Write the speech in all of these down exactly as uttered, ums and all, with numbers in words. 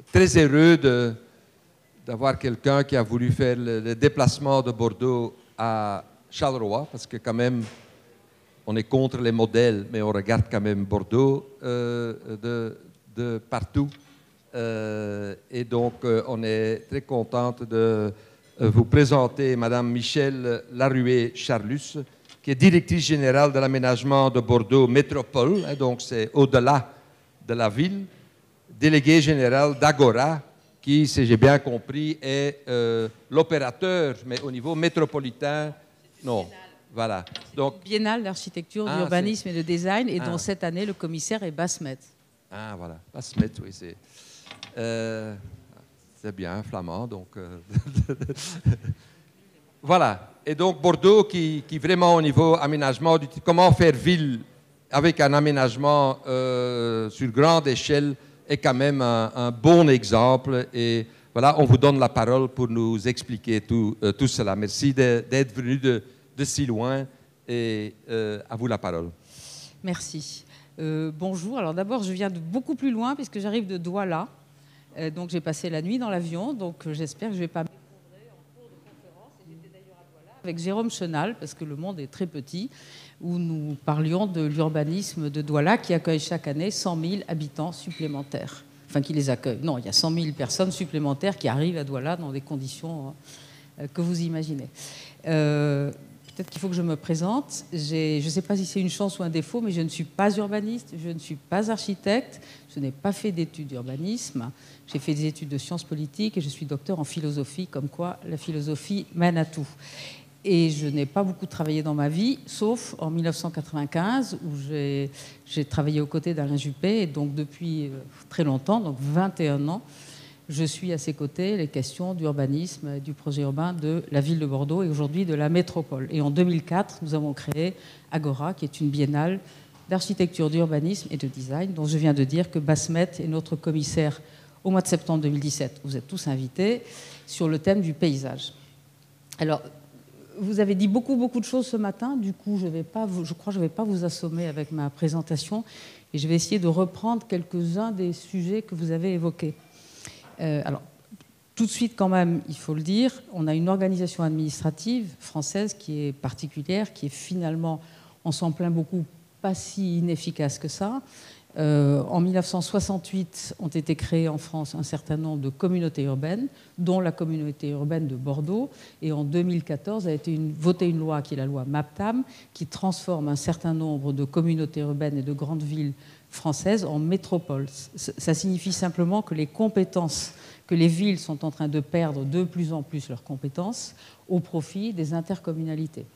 très heureux de, d'avoir quelqu'un qui a voulu faire le, le déplacement de Bordeaux à Charleroi, parce que quand même, on est contre les modèles, mais on regarde quand même Bordeaux euh, de, de partout. Euh, et donc, euh, on est très contente de euh, vous présenter Madame Michèle Larué-Charlus, qui est directrice générale de l'aménagement de Bordeaux Métropole, hein, donc c'est au-delà de la ville, déléguée générale d'Agora, qui, si j'ai bien compris, est euh, l'opérateur, mais au niveau métropolitain, non. Voilà. Donc, Biennale d'architecture, ah, d'urbanisme et de design, et ah. dont cette année, le commissaire est Basmet. Ah, voilà. Basmet, oui, c'est... Euh, c'est bien, flamand, donc... Euh, voilà. Et donc, Bordeaux, qui, qui vraiment, au niveau aménagement, comment faire ville avec un aménagement euh, sur grande échelle, est quand même un, un bon exemple. Et voilà, on vous donne la parole pour nous expliquer tout, euh, tout cela. Merci d'être venu de... de si loin, et euh, à vous la parole. Merci. Euh, bonjour. Alors d'abord, je viens de beaucoup plus loin, puisque j'arrive de Douala. Euh, donc j'ai passé la nuit dans l'avion, donc euh, j'espère que je ne vais pas m'effondrer en cours de conférence. Et j'étais d'ailleurs à Douala avec Jérôme Chenal, parce que le monde est très petit, où nous parlions de l'urbanisme de Douala, qui accueille chaque année cent mille habitants supplémentaires. Enfin, qui les accueille. Non, il y a cent mille personnes supplémentaires qui arrivent à Douala dans des conditions euh, que vous imaginez. Euh, Peut-être qu'il faut que je me présente. Je ne sais pas si c'est une chance ou un défaut, mais je ne suis pas urbaniste, je ne suis pas architecte, je n'ai pas fait d'études d'urbanisme. J'ai fait des études de sciences politiques et je suis docteur en philosophie, comme quoi la philosophie mène à tout. Et je n'ai pas beaucoup travaillé dans ma vie, sauf en mille neuf cent quatre-vingt-quinze, où j'ai travaillé aux côtés d'Alain Juppé, et donc depuis très longtemps, donc vingt et un ans, je suis à ses côtés les questions d'urbanisme, du projet urbain de la ville de Bordeaux et aujourd'hui de la métropole. Et en deux mille quatre, nous avons créé Agora, qui est une biennale d'architecture, d'urbanisme et de design, dont je viens de dire que Basmet est notre commissaire au mois de septembre deux mille dix-sept. Vous êtes tous invités sur le thème du paysage. Alors, vous avez dit beaucoup, beaucoup de choses ce matin. Du coup, je, vais pas vous, je crois que je ne vais pas vous assommer avec ma présentation et je vais essayer de reprendre quelques-uns des sujets que vous avez évoqués. Euh, alors, tout de suite, quand même, il faut le dire, on a une organisation administrative française qui est particulière, qui est finalement, on s'en plaint beaucoup, pas si inefficace que ça. Euh, en mille neuf cent soixante-huit, ont été créées en France un certain nombre de communautés urbaines, dont la communauté urbaine de Bordeaux. Et en deux mille quatorze, a été une, votée une loi, qui est la loi MAPTAM, qui transforme un certain nombre de communautés urbaines et de grandes villes françaises en métropole. Ça signifie simplement que les compétences, que les villes sont en train de perdre de plus en plus leurs compétences au profit des intercommunalités.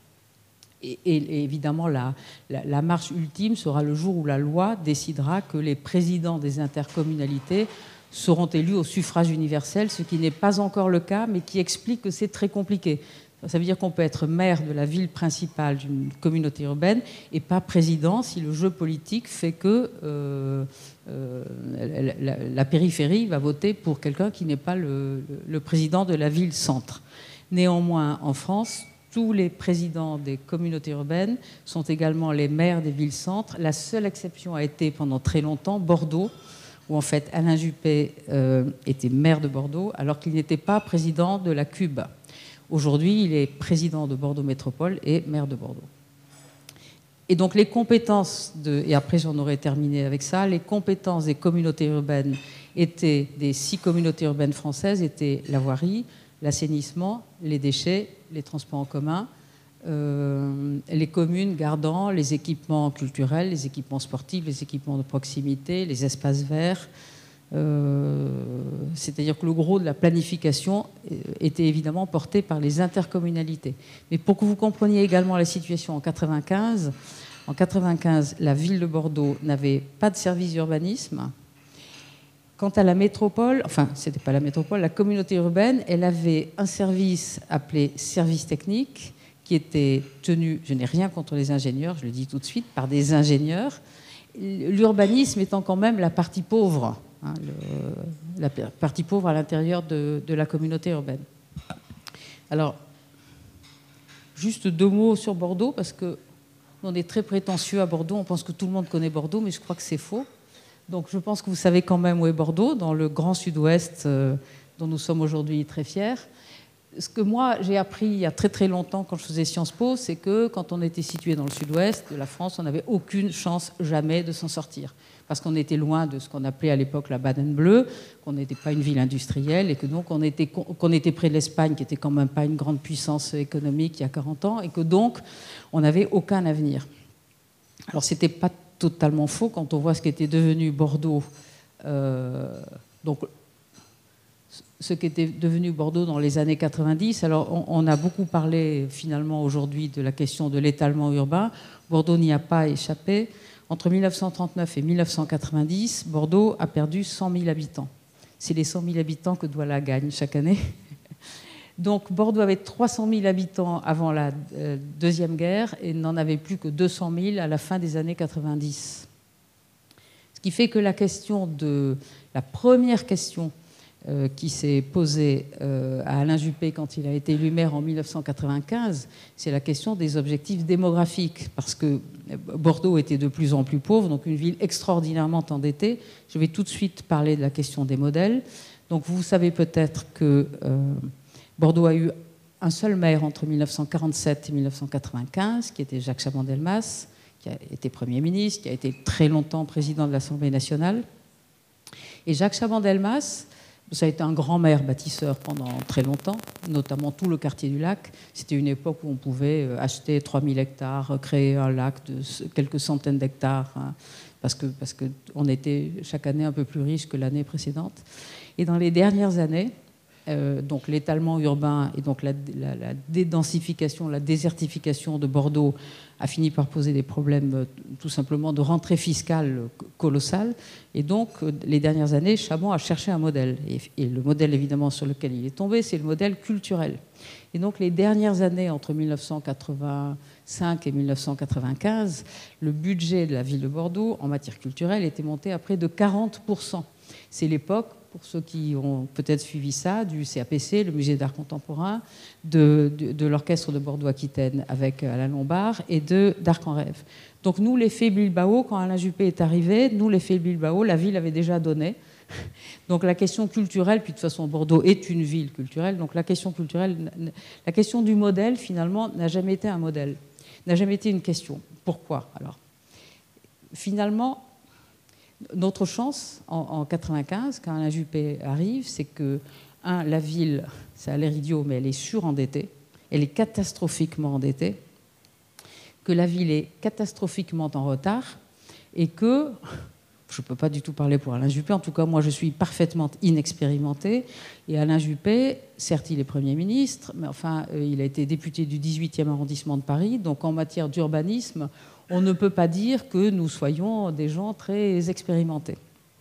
Et, et, et évidemment, la, la, la marche ultime sera le jour où la loi décidera que les présidents des intercommunalités seront élus au suffrage universel, ce qui n'est pas encore le cas, mais qui explique que c'est très compliqué. Ça veut dire qu'on peut être maire de la ville principale d'une communauté urbaine et pas président si le jeu politique fait que euh, euh, la, la, la périphérie va voter pour quelqu'un qui n'est pas le, le président de la ville-centre. Néanmoins, en France, tous les présidents des communautés urbaines sont également les maires des villes-centres. La seule exception a été pendant très longtemps Bordeaux, où en fait Alain Juppé euh, était maire de Bordeaux alors qu'il n'était pas président de la C U B. Aujourd'hui, il est président de Bordeaux Métropole et maire de Bordeaux. Et donc les compétences, de, et après j'en aurais terminé avec ça, les compétences des communautés urbaines étaient, des six communautés urbaines françaises, étaient la voirie, l'assainissement, les déchets, les transports en commun, euh, les communes gardant les équipements culturels, les équipements sportifs, les équipements de proximité, les espaces verts. Euh, c'est-à-dire que le gros de la planification était évidemment porté par les intercommunalités. Mais pour que vous compreniez également la situation en quatre-vingt-quinze, en quatre-vingt-quinze, la ville de Bordeaux n'avait pas de service d'urbanisme. Quant à la métropole, enfin, ce n'était pas la métropole, la communauté urbaine, elle avait un service appelé service technique qui était tenu, je n'ai rien contre les ingénieurs, je le dis tout de suite, par des ingénieurs. L'urbanisme étant quand même la partie pauvre. Hein, le, la partie pauvre à l'intérieur de, de la communauté urbaine. Alors, juste deux mots sur Bordeaux, parce qu'on est très prétentieux à Bordeaux, on pense que tout le monde connaît Bordeaux, mais je crois que c'est faux. Donc je pense que vous savez quand même où est Bordeaux, dans le grand sud-ouest euh, dont nous sommes aujourd'hui très fiers. Ce que moi j'ai appris il y a très très longtemps quand je faisais Sciences Po, c'est que quand on était situé dans le sud-ouest de la France, on n'avait aucune chance jamais de s'en sortir. Parce qu'on était loin de ce qu'on appelait à l'époque la Baden bleue, qu'on n'était pas une ville industrielle et que donc on était, qu'on était près de l'Espagne, qui était quand même pas une grande puissance économique il y a quarante ans, et que donc on n'avait aucun avenir. Alors c'était pas totalement faux quand on voit ce qu'était devenu Bordeaux. Euh, donc ce qu'était devenu Bordeaux dans les années quatre-vingt-dix. Alors, on, on a beaucoup parlé finalement aujourd'hui de la question de l'étalement urbain. Bordeaux n'y a pas échappé. Entre mille neuf cent trente-neuf et mille neuf cent quatre-vingt-dix, Bordeaux a perdu cent mille habitants. C'est les cent mille habitants que Douala gagne chaque année. Donc, Bordeaux avait trois cent mille habitants avant la euh, Deuxième Guerre et n'en avait plus que deux cent mille à la fin des années quatre-vingt-dix. Ce qui fait que la question de la première question Euh, qui s'est posé euh, à Alain Juppé quand il a été élu maire en mille neuf cent quatre-vingt-quinze, c'est la question des objectifs démographiques, parce que Bordeaux était de plus en plus pauvre, donc une ville extraordinairement endettée. Je vais tout de suite parler de la question des modèles. Donc vous savez peut-être que euh, Bordeaux a eu un seul maire entre mille neuf cent quarante-sept et mille neuf cent quatre-vingt-quinze, qui était Jacques Chaban-Delmas, qui a été Premier ministre, qui a été très longtemps président de l'Assemblée nationale. Et Jacques Chaban-Delmas, ça a été un grand maire bâtisseur pendant très longtemps, notamment tout le quartier du lac. C'était une époque où on pouvait acheter trois mille hectares, créer un lac de quelques centaines d'hectares, hein, parce que, parce qu'on était chaque année un peu plus riche que l'année précédente. Et dans les dernières années, euh, donc l'étalement urbain et donc la, la, la dédensification, la désertification de Bordeaux a fini par poser des problèmes euh, tout simplement de rentrée fiscale colossale. Et donc, euh, les dernières années, Chaban a cherché un modèle. Et, et le modèle, évidemment, sur lequel il est tombé, c'est le modèle culturel. Et donc, les dernières années, entre mille neuf cent quatre-vingt-cinq et mille neuf cent quatre-vingt-quinze, le budget de la ville de Bordeaux, en matière culturelle, était monté à près de quarante pour cent. C'est l'époque, pour ceux qui ont peut-être suivi ça, du C A P C, le Musée d'art contemporain, de, de, de l'Orchestre de Bordeaux-Aquitaine avec Alain Lombard et de d'Arc en rêve. Donc nous, l'effet Bilbao, quand Alain Juppé est arrivé, nous, l'effet Bilbao, la ville avait déjà donné. Donc la question culturelle, puis de toute façon Bordeaux est une ville culturelle, donc la question culturelle, la question du modèle, finalement, n'a jamais été un modèle, n'a jamais été une question. Pourquoi alors? Finalement, notre chance, en quatre-vingt-quinze, quand Alain Juppé arrive, c'est que, un, la ville, ça a l'air idiot, mais elle est surendettée, elle est catastrophiquement endettée, que la ville est catastrophiquement en retard, et que, je ne peux pas du tout parler pour Alain Juppé, en tout cas, moi, je suis parfaitement inexpérimentée, et Alain Juppé, certes, il est Premier ministre, mais enfin, il a été député du dix-huitième arrondissement de Paris, donc en matière d'urbanisme, on ne peut pas dire que nous soyons des gens très expérimentés.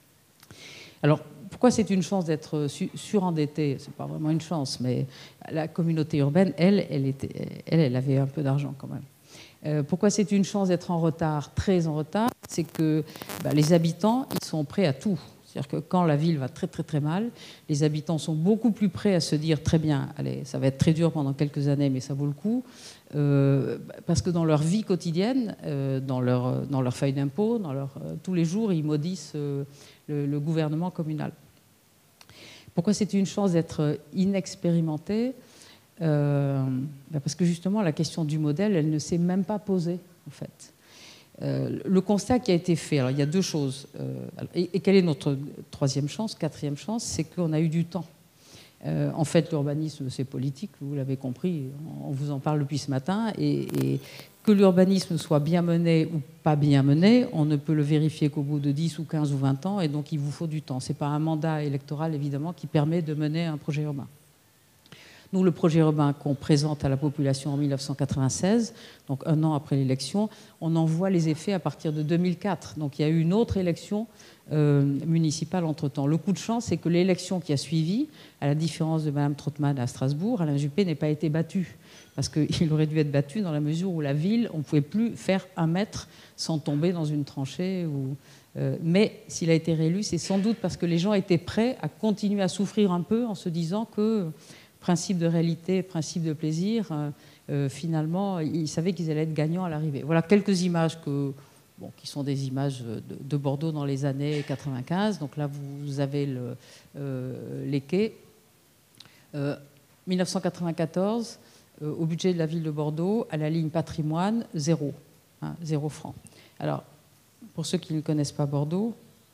Alors, pourquoi c'est une chance d'être surendetté? Ce n'est pas vraiment une chance, mais la communauté urbaine, elle, elle, était, elle, elle avait un peu d'argent quand même. Euh, pourquoi c'est une chance d'être en retard, très en retard? C'est que bah, les habitants, ils sont prêts à tout. C'est-à-dire que quand la ville va très très très mal, les habitants sont beaucoup plus prêts à se dire très bien, allez, ça va être très dur pendant quelques années, mais ça vaut le coup. Euh, parce que dans leur vie quotidienne, euh, dans, leur, dans leur feuille d'impôt, dans leur, euh, tous les jours, ils maudissent euh, le, le gouvernement communal. Pourquoi c'est une chance d'être inexpérimenté? euh, ben Parce que justement, la question du modèle, elle ne s'est même pas posée, en fait. Euh, le constat qui a été fait, alors il y a deux choses. Euh, et, et quelle est notre troisième chance, quatrième chance? C'est qu'on a eu du temps. Euh, en fait, l'urbanisme, c'est politique, vous l'avez compris, on vous en parle depuis ce matin, et, et que l'urbanisme soit bien mené ou pas bien mené, on ne peut le vérifier qu'au bout de dix ou quinze ou vingt ans, et donc il vous faut du temps. Ce n'est pas un mandat électoral, évidemment, qui permet de mener un projet urbain. Nous, le projet urbain qu'on présente à la population en mille neuf cent quatre-vingt-seize, donc un an après l'élection, on en voit les effets à partir de deux mille quatre. Donc il y a eu une autre élection euh, municipale entre-temps. Le coup de chance, c'est que l'élection qui a suivi, à la différence de Mme Trottmann à Strasbourg, Alain Juppé n'a pas été battu. Parce qu'il aurait dû être battu dans la mesure où la ville, on ne pouvait plus faire un mètre sans tomber dans une tranchée. Ou, euh, mais s'il a été réélu, c'est sans doute parce que les gens étaient prêts à continuer à souffrir un peu en se disant que principe de réalité, principe de plaisir, euh, euh, finalement, ils savaient qu'ils allaient être gagnants à l'arrivée. Voilà quelques images que bon, qui sont des images de, de Bordeaux dans les années quatre-vingt-quinze. Donc là, vous avez le, euh, les quais. Euh, mille neuf cent quatre-vingt-quatorze, euh, au budget de la ville de Bordeaux, à la ligne patrimoine, zéro, hein, zéro franc. Alors, pour ceux qui ne connaissent pas Bordeaux,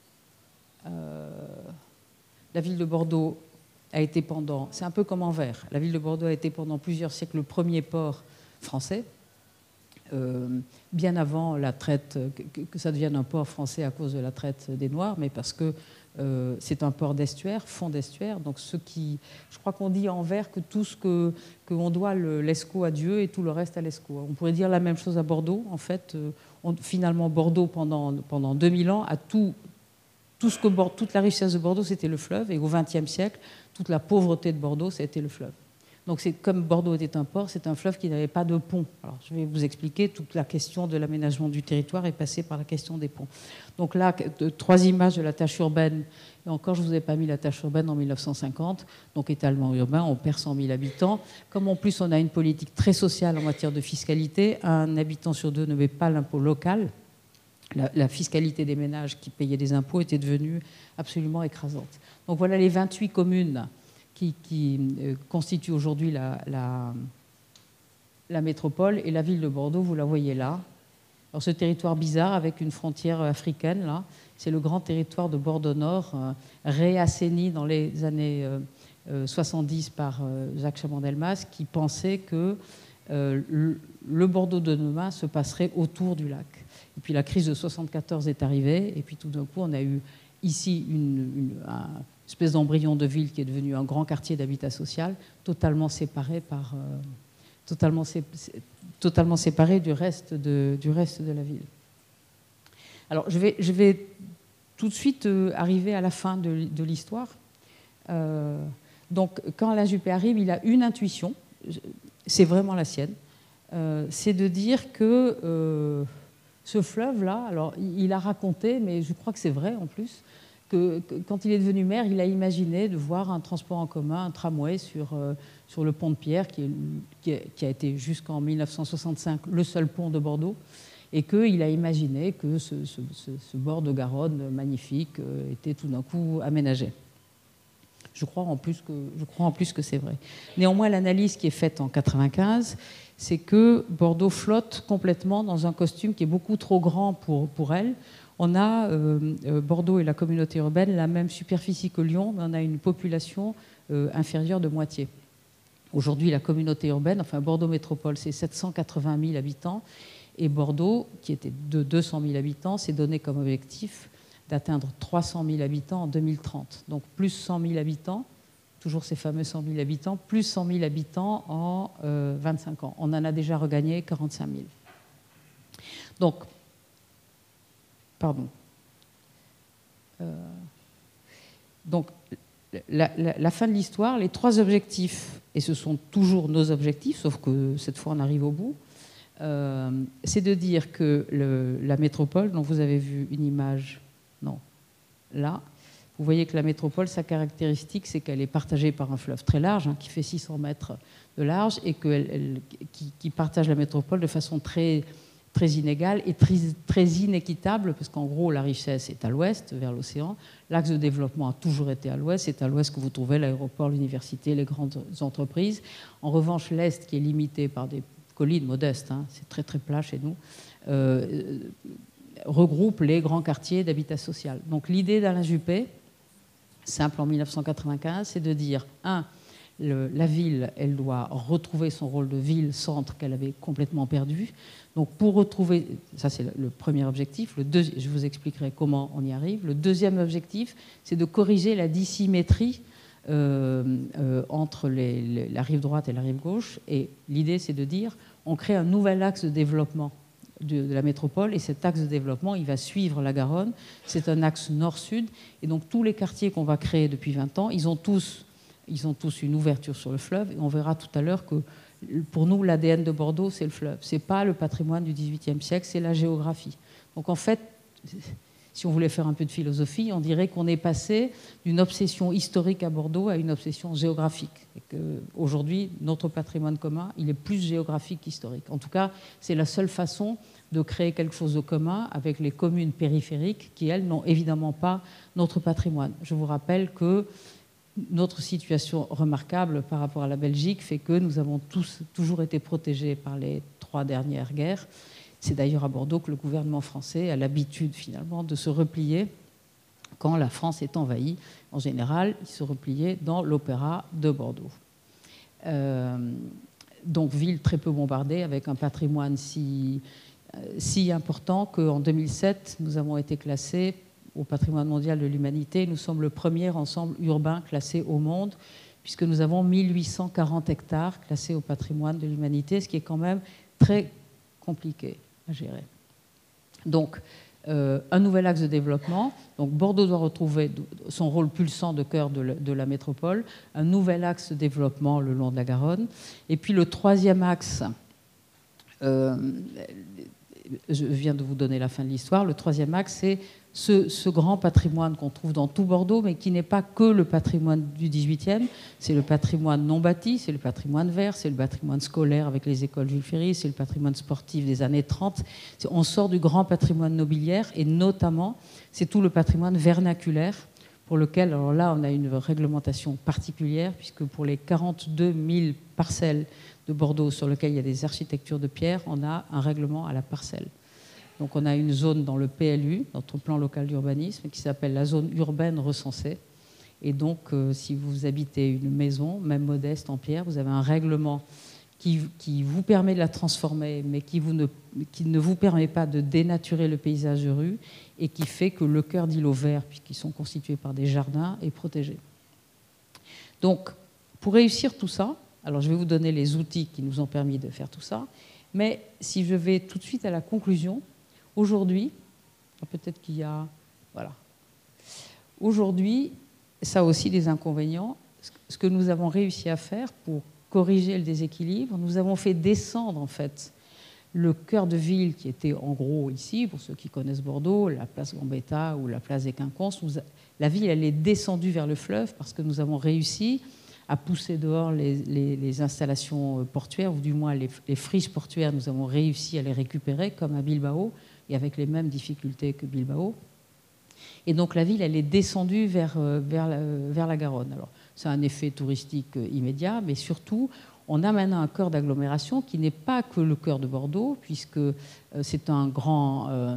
euh, la ville de Bordeaux a été pendant, c'est un peu comme Anvers, la ville de Bordeaux a été pendant plusieurs siècles le premier port français, euh, bien avant la traite, que, que ça devienne un port français à cause de la traite des Noirs, mais parce que euh, c'est un port d'estuaire, fond d'estuaire, donc ce qui, je crois qu'on dit à Anvers que tout ce que qu'on doit l'Escaut à Dieu et tout le reste à l'Escaut. On pourrait dire la même chose à Bordeaux, en fait, euh, on, finalement Bordeaux pendant, pendant deux mille ans a tout, tout ce que, toute la richesse de Bordeaux c'était le fleuve, et au vingtième siècle, toute la pauvreté de Bordeaux c'était le fleuve. Donc c'est comme Bordeaux était un port, c'est un fleuve qui n'avait pas de pont. Alors je vais vous expliquer, toute la question de l'aménagement du territoire est passée par la question des ponts. Donc là, trois images de la tâche urbaine, et encore je ne vous ai pas mis la tâche urbaine en mille neuf cent cinquante, donc étalement urbain, on perd cent mille habitants. Comme en plus on a une politique très sociale en matière de fiscalité, un habitant sur deux ne paie pas l'impôt local. La, la fiscalité des ménages qui payaient des impôts était devenue absolument écrasante. Donc voilà les vingt-huit communes qui, qui euh, constituent aujourd'hui la, la, la métropole, et la ville de Bordeaux, vous la voyez là. Alors ce territoire bizarre avec une frontière africaine, là, c'est le grand territoire de Bordeaux-Nord, euh, réassaini dans les années euh, euh, soixante-dix par euh, Jacques Chaban-Delmas, qui pensait que euh, le, le Bordeaux de demain se passerait autour du lac. Et puis la crise de soixante-quatorze est arrivée, et puis tout d'un coup, on a eu ici une, une un, espèce d'embryon de ville qui est devenu un grand quartier d'habitat social, totalement séparé par, euh, totalement, sé, totalement séparé du reste de, du reste de la ville. Alors, je vais, je vais tout de suite euh, arriver à la fin de, de l'histoire. Euh, donc, quand Alain Juppé arrive, il a une intuition, c'est vraiment la sienne, euh, c'est de dire que euh, ce fleuve-là, alors il a raconté, mais je crois que c'est vrai en plus, que, que quand il est devenu maire, il a imaginé de voir un transport en commun, un tramway sur, euh, sur le pont de Pierre, qui, est, qui, a, qui a été jusqu'en mille neuf cent soixante-cinq le seul pont de Bordeaux, et qu'il a imaginé que ce, ce, ce, ce bord de Garonne magnifique euh, était tout d'un coup aménagé. Je crois en plus que, je crois en plus que c'est vrai. Néanmoins, l'analyse qui est faite en quatre-vingt-quinze, c'est que Bordeaux flotte complètement dans un costume qui est beaucoup trop grand pour, pour elle. On a, euh, euh, Bordeaux et la communauté urbaine, la même superficie que Lyon, mais on a une population euh, inférieure de moitié. Aujourd'hui, la communauté urbaine, enfin Bordeaux Métropole, c'est sept cent quatre-vingt mille habitants, et Bordeaux, qui était de deux cent mille habitants, s'est donné comme objectif d'atteindre trois cent mille habitants en deux mille trente. Donc plus cent mille habitants, toujours ces fameux cent mille habitants, plus cent mille habitants en euh, vingt-cinq ans. On en a déjà regagné quarante-cinq mille. Donc, pardon. Euh, donc, la, la, la fin de l'histoire, les trois objectifs, et ce sont toujours nos objectifs, sauf que cette fois on arrive au bout, euh, c'est de dire que le, la métropole, dont vous avez vu une image, non, là, vous voyez que la métropole, sa caractéristique, c'est qu'elle est partagée par un fleuve très large, hein, qui fait six cents mètres de large, et qu'elle, elle, qui, qui partage la métropole de façon très, très inégale et très, très inéquitable, parce qu'en gros, la richesse est à l'ouest, vers l'océan. L'axe de développement a toujours été à l'ouest. C'est à l'ouest que vous trouvez l'aéroport, l'université, les grandes entreprises. En revanche, l'est, qui est limité par des collines modestes, hein, c'est très très plat chez nous, euh, regroupe les grands quartiers d'habitat social. Donc l'idée d'Alain Juppé, simple en mille neuf cent quatre-vingt-quinze, c'est de dire, un, le, la ville, elle doit retrouver son rôle de ville-centre qu'elle avait complètement perdu. Donc pour retrouver, ça c'est le premier objectif, le deux, je vous expliquerai comment on y arrive. Le deuxième objectif, c'est de corriger la dissymétrie euh, euh, entre les, les, la rive droite et la rive gauche. Et l'idée, c'est de dire, on crée un nouvel axe de développement de, de la métropole, et cet axe de développement, il va suivre la Garonne. C'est un axe nord-sud, et donc tous les quartiers qu'on va créer depuis vingt ans, ils ont tous, ils ont tous une ouverture sur le fleuve, et on verra tout à l'heure que pour nous, l'A D N de Bordeaux, c'est le fleuve. Ce n'est pas le patrimoine du dix-huitième siècle, c'est la géographie. Donc en fait, si on voulait faire un peu de philosophie, on dirait qu'on est passé d'une obsession historique à Bordeaux à une obsession géographique. Et qu'aujourd'hui, notre patrimoine commun, il est plus géographique qu'historique. En tout cas, c'est la seule façon de créer quelque chose de commun avec les communes périphériques qui, elles, n'ont évidemment pas notre patrimoine. Je vous rappelle que notre situation remarquable par rapport à la Belgique fait que nous avons tous toujours été protégés par les trois dernières guerres. C'est d'ailleurs à Bordeaux que le gouvernement français a l'habitude finalement de se replier quand la France est envahie. En général, il se repliait dans l'opéra de Bordeaux. Euh, donc ville très peu bombardée avec un patrimoine si, si important qu'en deux mille sept, nous avons été classés au patrimoine mondial de l'humanité. Nous sommes le premier ensemble urbain classé au monde, puisque nous avons mille huit cent quarante hectares classés au patrimoine de l'humanité, ce qui est quand même très compliqué à gérer. Donc, euh, un nouvel axe de développement. Donc, Bordeaux doit retrouver son rôle pulsant de cœur de la, de la métropole. Un nouvel axe de développement le long de la Garonne. Et puis, le troisième axe... Euh, je viens de vous donner la fin de l'histoire. Le troisième axe, c'est ce, ce grand patrimoine qu'on trouve dans tout Bordeaux, mais qui n'est pas que le patrimoine du dix-huitième. C'est le patrimoine non bâti, c'est le patrimoine vert, c'est le patrimoine scolaire avec les écoles Jules Ferry, c'est le patrimoine sportif des années trente. On sort du grand patrimoine nobiliaire et notamment, c'est tout le patrimoine vernaculaire pour lequel, alors là, on a une réglementation particulière puisque pour les quarante-deux mille parcelles de Bordeaux sur lequel il y a des architectures de pierre, on a un règlement à la parcelle. Donc on a une zone dans le P L U, notre plan local d'urbanisme, qui s'appelle la zone urbaine recensée. Et donc euh, si vous habitez une maison, même modeste en pierre, vous avez un règlement qui, qui vous permet de la transformer, mais qui, vous ne, qui ne vous permet pas de dénaturer le paysage de rue et qui fait que le cœur d'îlots verts, puisqu'ils sont constitués par des jardins, est protégé. Donc pour réussir tout ça, alors, je vais vous donner les outils qui nous ont permis de faire tout ça. Mais si je vais tout de suite à la conclusion, aujourd'hui, peut-être qu'il y a... Voilà. Aujourd'hui, ça a aussi des inconvénients. Ce que nous avons réussi à faire pour corriger le déséquilibre, nous avons fait descendre, en fait, le cœur de ville qui était en gros ici, pour ceux qui connaissent Bordeaux, la place Gambetta ou la place des Quinconces. La ville, elle est descendue vers le fleuve parce que nous avons réussi à pousser dehors les, les, les installations portuaires, ou du moins les, les friches portuaires, nous avons réussi à les récupérer, comme à Bilbao, et avec les mêmes difficultés que Bilbao. Et donc la ville, elle est descendue vers, vers, la, vers la Garonne. Alors, c'est un effet touristique immédiat, mais surtout, on a maintenant un cœur d'agglomération qui n'est pas que le cœur de Bordeaux, puisque c'est un grand... Euh,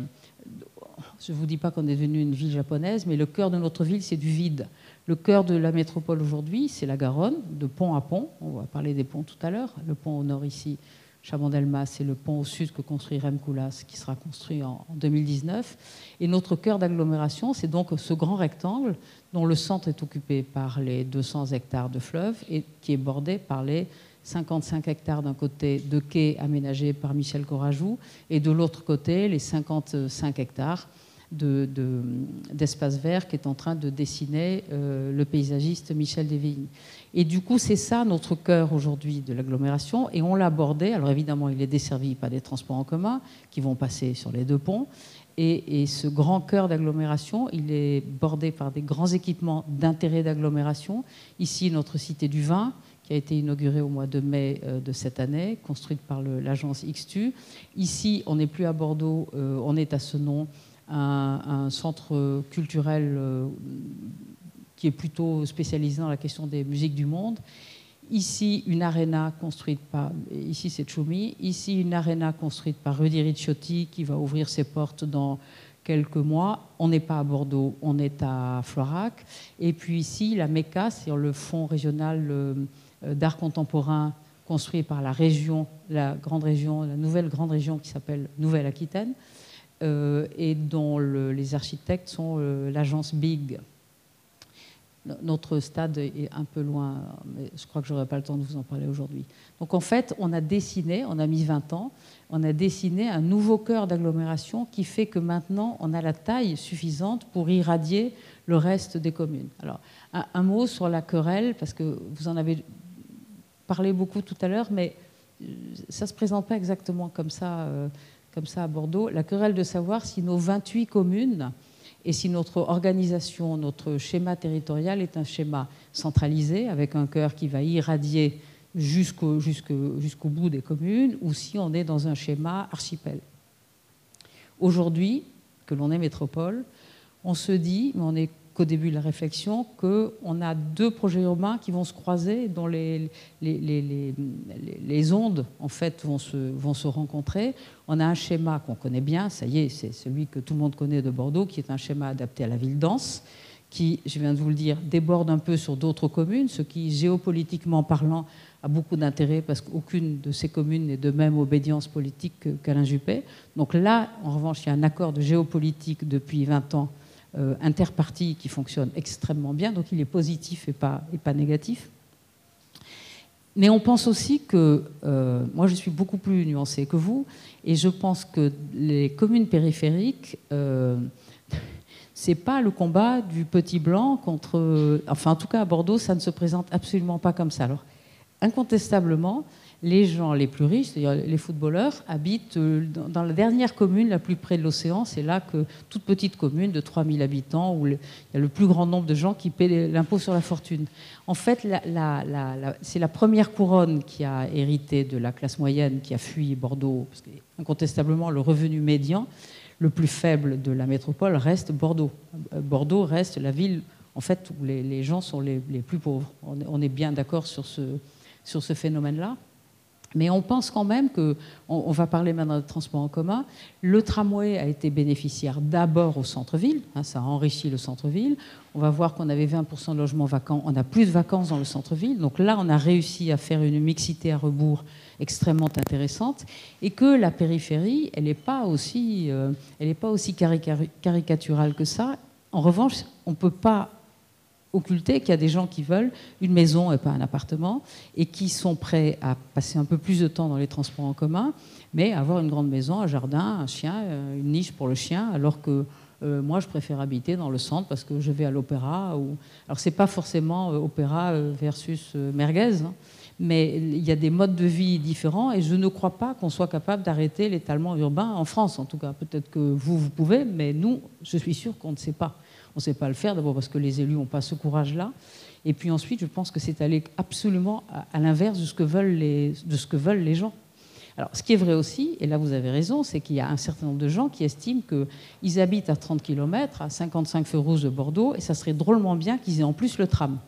je ne vous dis pas qu'on est devenu une ville japonaise, mais le cœur de notre ville, c'est du vide. Le cœur de la métropole aujourd'hui, c'est la Garonne, de pont à pont. On va parler des ponts tout à l'heure. Le pont au nord ici, Chabandelmas, et le pont au sud que construit Rem Koolhaas, qui sera construit en deux mille dix-neuf. Et notre cœur d'agglomération, c'est donc ce grand rectangle dont le centre est occupé par les deux cents hectares de fleuve et qui est bordé par les cinquante-cinq hectares d'un côté de quai aménagés par Michel Corajou et de l'autre côté les cinquante-cinq hectares De, de, d'espace vert qu'est en train de dessiner euh, le paysagiste Michel Desvignes. Et du coup, c'est ça notre cœur aujourd'hui de l'agglomération. Et on l'a abordé. Alors évidemment, il est desservi par des transports en commun qui vont passer sur les deux ponts. Et, et ce grand cœur d'agglomération, il est bordé par des grands équipements d'intérêt d'agglomération. Ici, notre cité du vin, qui a été inaugurée au mois de mai euh, de cette année, construite par le, l'agence X T U. Ici, on n'est plus à Bordeaux, euh, on est à Senon. Un, un centre culturel euh, qui est plutôt spécialisé dans la question des musiques du monde. Ici, une aréna construite par... Ici, c'est Tchoumi. Ici, une aréna construite par Rudy Ricciotti qui va ouvrir ses portes dans quelques mois. On n'est pas à Bordeaux, on est à Floirac. Et puis ici, la MECA, c'est le fonds régional euh, d'art contemporain construit par la région, la grande région, la nouvelle grande région qui s'appelle Nouvelle-Aquitaine. Euh, et dont le, les architectes sont euh, l'agence Big. Notre stade est un peu loin, mais je crois que je n'aurai pas le temps de vous en parler aujourd'hui. Donc en fait, on a dessiné, on a mis vingt ans, on a dessiné un nouveau cœur d'agglomération qui fait que maintenant, on a la taille suffisante pour irradier le reste des communes. Alors, un, un mot sur la querelle, parce que vous en avez parlé beaucoup tout à l'heure, mais ça ne se présente pas exactement comme ça euh, comme ça à Bordeaux, la querelle de savoir si nos vingt-huit communes et si notre organisation, notre schéma territorial est un schéma centralisé avec un cœur qui va irradier jusqu'au, jusqu'au, jusqu'au bout des communes ou si on est dans un schéma archipel. Aujourd'hui, que l'on est métropole, on se dit, mais on n'est qu'au début de la réflexion, qu'on a deux projets urbains qui vont se croiser, dont les, les, les, les, les ondes en fait, vont, se, vont se rencontrer. On a un schéma qu'on connaît bien, ça y est, c'est celui que tout le monde connaît de Bordeaux, qui est un schéma adapté à la ville dense, qui, je viens de vous le dire, déborde un peu sur d'autres communes, ce qui, géopolitiquement parlant, a beaucoup d'intérêt parce qu'aucune de ces communes n'est de même obédience politique qu'Alain Juppé. Donc là, en revanche, il y a un accord de géopolitique depuis vingt ans euh, interparti qui fonctionne extrêmement bien, donc il est positif et pas, et pas négatif. Mais on pense aussi que, euh, moi je suis beaucoup plus nuancée que vous, et je pense que les communes périphériques, euh, c'est pas le combat du petit blanc contre... Enfin, en tout cas, à Bordeaux, ça ne se présente absolument pas comme ça. Alors, incontestablement, les gens les plus riches, c'est-à-dire les footballeurs, habitent dans la dernière commune la plus près de l'océan. C'est là que, toute petite commune de trois mille habitants, où il y a le plus grand nombre de gens qui paient l'impôt sur la fortune. En fait, la, la, la, la, c'est la première couronne qui a hérité de la classe moyenne, qui a fui Bordeaux, parce qu'incontestablement, le revenu médian le plus faible de la métropole reste Bordeaux. Bordeaux reste la ville, en fait, où les, les gens sont les, les plus pauvres. On, on est bien d'accord sur ce, sur ce phénomène-là. Mais on pense quand même que, on, on va parler maintenant de transport en commun, le tramway a été bénéficiaire d'abord au centre-ville, hein, ça a enrichi le centre-ville. On va voir qu'on avait vingt pour cent de logements vacants, on a plus de vacances dans le centre-ville. Donc là, on a réussi à faire une mixité à rebours extrêmement intéressante, et que la périphérie, elle n'est pas aussi, euh, elle n'est pas aussi caricaturale que ça. En revanche, on ne peut pas occulter qu'il y a des gens qui veulent une maison et pas un appartement, et qui sont prêts à passer un peu plus de temps dans les transports en commun, mais avoir une grande maison, un jardin, un chien, une niche pour le chien, alors que euh, moi, je préfère habiter dans le centre parce que je vais à l'opéra. Ou... Alors, ce n'est pas forcément euh, opéra versus euh, merguez, hein, mais il y a des modes de vie différents, et je ne crois pas qu'on soit capable d'arrêter l'étalement urbain en France, en tout cas. Peut-être que vous, vous pouvez, mais nous, je suis sûre qu'on ne sait pas. On ne sait pas le faire, d'abord parce que les élus n'ont pas ce courage-là. Et puis ensuite, je pense que c'est aller absolument à, à l'inverse de ce que veulent les, de ce que veulent les gens. Alors, ce qui est vrai aussi, et là vous avez raison, c'est qu'il y a un certain nombre de gens qui estiment qu'ils habitent à trente kilomètres, à cinquante-cinq feux rouges de Bordeaux, et ça serait drôlement bien qu'ils aient en plus le tram.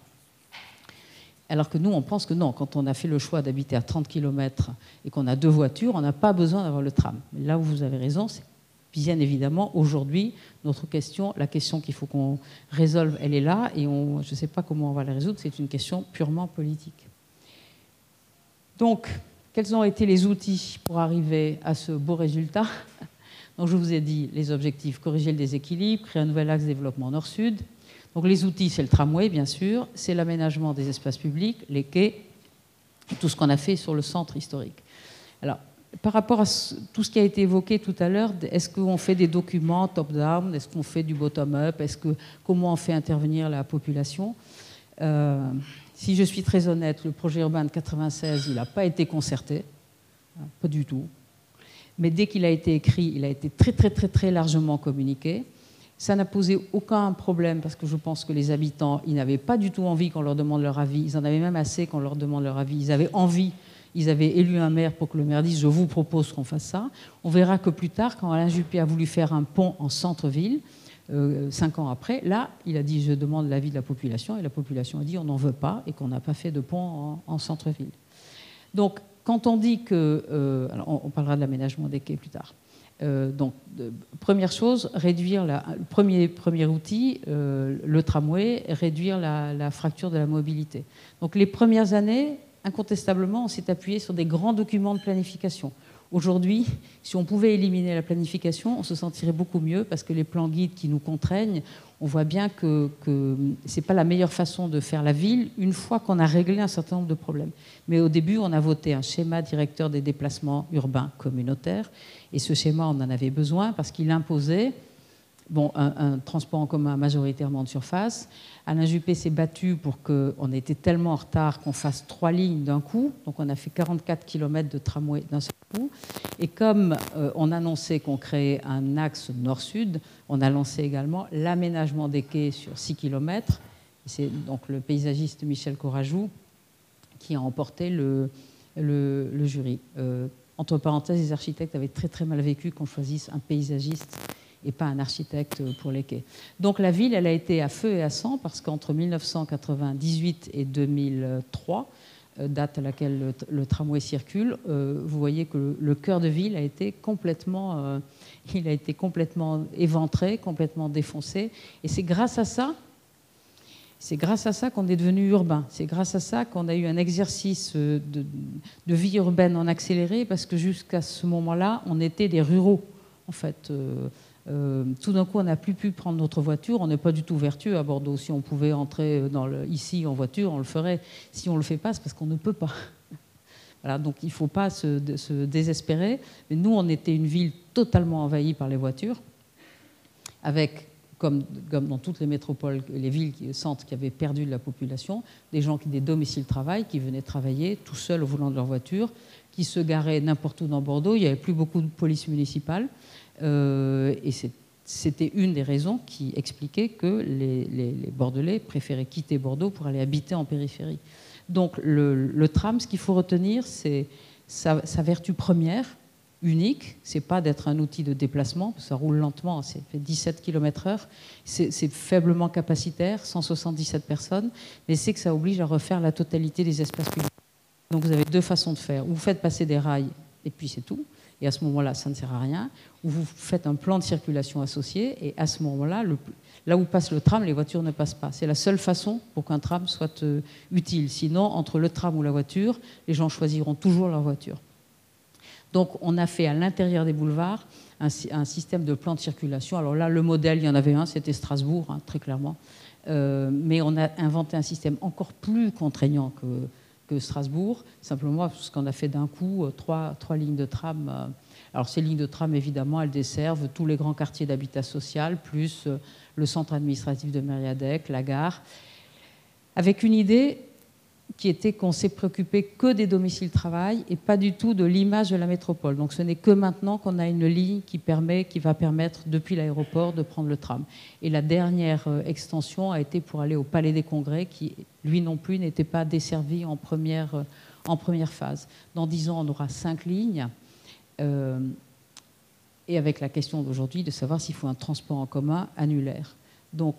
Alors que nous, on pense que non, quand on a fait le choix d'habiter à trente kilomètres et qu'on a deux voitures, on n'a pas besoin d'avoir le tram. Mais là où vous avez raison, c'est bien évidemment, aujourd'hui, notre question, la question qu'il faut qu'on résolve, elle est là, et on, je ne sais pas comment on va la résoudre, c'est une question purement politique. Donc, quels ont été les outils pour arriver à ce beau résultat? Donc, je vous ai dit les objectifs: corriger le déséquilibre, créer un nouvel axe développement nord-sud. Donc, les outils, c'est le tramway, bien sûr, c'est l'aménagement des espaces publics, les quais, et tout ce qu'on a fait sur le centre historique. Alors, par rapport à tout ce qui a été évoqué tout à l'heure, est-ce qu'on fait des documents top-down? Est-ce qu'on fait du bottom-up? Est-ce que, comment on fait intervenir la population? euh, Si je suis très honnête, le projet urbain de quatre-vingt-seize, il n'a pas été concerté, pas du tout. Mais dès qu'il a été écrit, il a été très, très, très, très largement communiqué. Ça n'a posé aucun problème, parce que je pense que les habitants, ils n'avaient pas du tout envie qu'on leur demande leur avis. Ils en avaient même assez qu'on leur demande leur avis. Ils avaient envie. Ils avaient élu un maire pour que le maire dise « je vous propose qu'on fasse ça ». On verra que plus tard, quand Alain Juppé a voulu faire un pont en centre-ville, euh, cinq ans après, là, il a dit « je demande l'avis de la population », et la population a dit « on n'en veut pas » et qu'on n'a pas fait de pont en, en centre-ville. Donc, quand on dit que... Euh, alors on, on parlera de l'aménagement des quais plus tard. Euh, donc, de, première chose, réduire la, le premier, premier outil, euh, le tramway, réduire la, la fracture de la mobilité. Donc, les premières années... Incontestablement, on s'est appuyé sur des grands documents de planification. Aujourd'hui, si on pouvait éliminer la planification, on se sentirait beaucoup mieux, parce que les plans guides qui nous contraignent, on voit bien que, que ce n'est pas la meilleure façon de faire la ville une fois qu'on a réglé un certain nombre de problèmes. Mais au début, on a voté un schéma directeur des déplacements urbains communautaires, et ce schéma, on en avait besoin parce qu'il imposait bon, un, un transport en commun majoritairement de surface. Alain Juppé s'est battu pour qu'on était tellement en retard qu'on fasse trois lignes d'un coup. Donc on a fait quarante-quatre kilomètres de tramway d'un seul coup. Et comme euh, on annonçait qu'on créait un axe nord-sud, on a lancé également l'aménagement des quais sur six kilomètres. C'est donc le paysagiste Michel Corajou qui a emporté le, le, le jury. Euh, entre parenthèses, les architectes avaient très très mal vécu qu'on choisisse un paysagiste et pas un architecte pour les quais. Donc la ville, elle a été à feu et à sang parce qu'entre mille neuf cent quatre-vingt-dix-huit et deux mille trois, date à laquelle le, le tramway circule, euh, vous voyez que le, le cœur de ville a été complètement, euh, il a été complètement éventré, complètement défoncé. Et c'est grâce à ça, c'est grâce à ça qu'on est devenu urbain. C'est grâce à ça qu'on a eu un exercice de, de vie urbaine en accéléré, parce que jusqu'à ce moment-là, on était des ruraux, en fait. Euh, Euh, tout d'un coup, on n'a plus pu prendre notre voiture. On n'est pas du tout vertueux à Bordeaux. Si on pouvait entrer dans le, ici en voiture, on le ferait. Si on ne le fait pas, c'est parce qu'on ne peut pas. Voilà, donc il ne faut pas se, se désespérer. Mais nous, on était une ville totalement envahie par les voitures, avec, comme, comme dans toutes les métropoles, les villes, les centres qui avaient perdu de la population, des gens qui des domiciles travail, qui venaient travailler tout seuls au volant de leur voiture, qui se garaient n'importe où dans Bordeaux. Il n'y avait plus beaucoup de police municipale. Euh, et c'était une des raisons qui expliquait que les, les, les Bordelais préféraient quitter Bordeaux pour aller habiter en périphérie. Donc le, le tram, ce qu'il faut retenir, c'est sa, sa vertu première, unique, c'est pas d'être un outil de déplacement, ça roule lentement, c'est fait dix-sept kilomètres heure, c'est faiblement capacitaire, cent soixante-dix-sept personnes, mais c'est que ça oblige à refaire la totalité des espaces publics. Donc vous avez deux façons de faire. Vous faites passer des rails et puis c'est tout. Et à ce moment-là, ça ne sert à rien. Ou vous faites un plan de circulation associé, et à ce moment-là, là où passe le tram, les voitures ne passent pas. C'est la seule façon pour qu'un tram soit euh, utile. Sinon, entre le tram ou la voiture, les gens choisiront toujours leur voiture. Donc, on a fait à l'intérieur des boulevards un, un système de plan de circulation. Alors là, le modèle, il y en avait un, c'était Strasbourg, hein, très clairement. Euh, mais on a inventé un système encore plus contraignant que... que Strasbourg, simplement parce qu'on a fait d'un coup trois, trois lignes de tram. Alors ces lignes de tram, évidemment, elles desservent tous les grands quartiers d'habitat social, plus le centre administratif de Mériadec, la gare, avec une idée qui était qu'on s'est préoccupé que des domiciles travail et pas du tout de l'image de la métropole. Donc ce n'est que maintenant qu'on a une ligne qui, permet, qui va permettre, depuis l'aéroport, de prendre le tram. Et la dernière extension a été pour aller au Palais des Congrès, qui, lui non plus, n'était pas desservi en première, en première phase. Dans dix ans, on aura cinq lignes. Euh, et avec la question d'aujourd'hui de savoir s'il faut un transport en commun annulaire. Donc,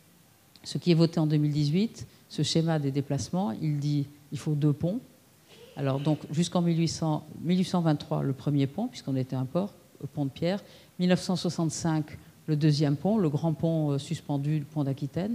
ce qui est voté en deux mille dix-huit, ce schéma des déplacements, il dit qu'il faut deux ponts. Alors, donc, jusqu'en mille huit cents, mille huit cent vingt-trois, le premier pont, puisqu'on était un port, le pont de Pierre. mille neuf cent soixante-cinq, le deuxième pont, le grand pont suspendu, le pont d'Aquitaine.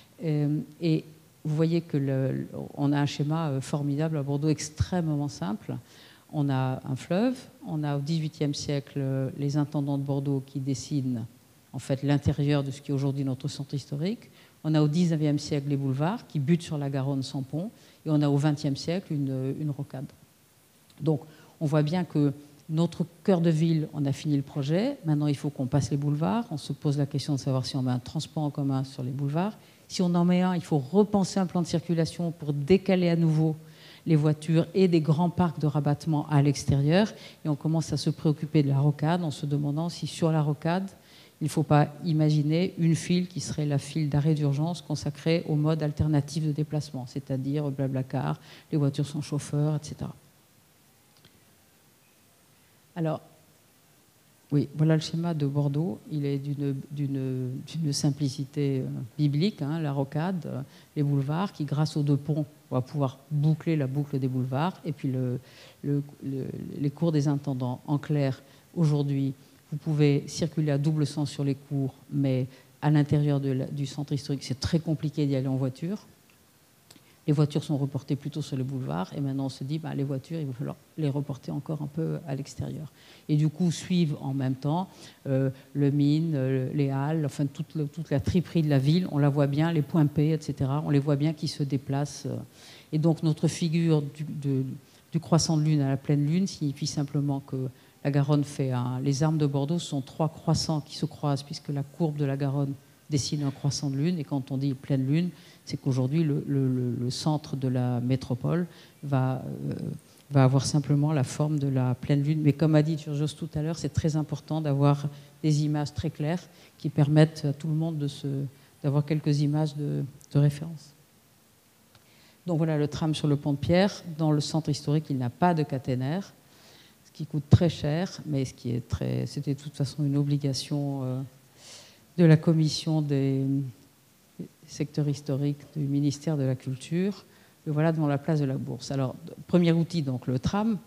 Et vous voyez qu'on a un schéma formidable à Bordeaux, extrêmement simple. On a un fleuve, on a au dix-huitième siècle les intendants de Bordeaux qui dessinent en fait l'intérieur de ce qui est aujourd'hui notre centre historique. On a au dix-neuvième siècle les boulevards qui butent sur la Garonne sans pont. Et on a au vingtième siècle une, une rocade. Donc on voit bien que notre cœur de ville, on a fini le projet. Maintenant, il faut qu'on passe les boulevards. On se pose la question de savoir si on met un transport en commun sur les boulevards. Si on en met un, il faut repenser un plan de circulation pour décaler à nouveau les voitures et des grands parcs de rabattement à l'extérieur. Et on commence à se préoccuper de la rocade en se demandant si sur la rocade, il ne faut pas imaginer une file qui serait la file d'arrêt d'urgence consacrée au mode alternatif de déplacement, c'est-à-dire Blablacar, les voitures sans chauffeur, et cetera. Alors, oui, voilà le schéma de Bordeaux. Il est d'une simplicité biblique, hein, la rocade, les boulevards, qui grâce aux deux ponts, on va pouvoir boucler la boucle des boulevards, et puis le, le, le, les cours des intendants. En clair, aujourd'hui, vous pouvez circuler à double sens sur les cours, mais à l'intérieur du centre historique, c'est très compliqué d'y aller en voiture. Les voitures sont reportées plutôt sur le boulevard, et maintenant on se dit, bah, les voitures, il va falloir les reporter encore un peu à l'extérieur. Et du coup, suivent en même temps euh, le Mine, euh, les Halles, enfin toute, le, toute la triperie de la ville, on la voit bien, les points P, et cetera. On les voit bien qui se déplacent. Et donc notre figure du, de, du croissant de lune à la pleine lune signifie simplement que la Garonne fait un... Les armes de Bordeaux sont trois croissants qui se croisent, puisque la courbe de la Garonne dessine un croissant de lune. Et quand on dit pleine lune, c'est qu'aujourd'hui, le, le, le centre de la métropole va, euh, va avoir simplement la forme de la pleine lune. Mais comme a dit Turgos tout à l'heure, c'est très important d'avoir des images très claires qui permettent à tout le monde d'avoir quelques images de, de référence. Donc voilà le tram sur le pont de Pierre. Dans le centre historique, il n'a pas de caténaire. Ce qui coûte très cher, mais ce qui est très, c'était de toute façon une obligation euh, de la commission des secteurs historiques du ministère de la Culture. Le voilà devant la place de la Bourse. Alors, premier outil, donc le tram.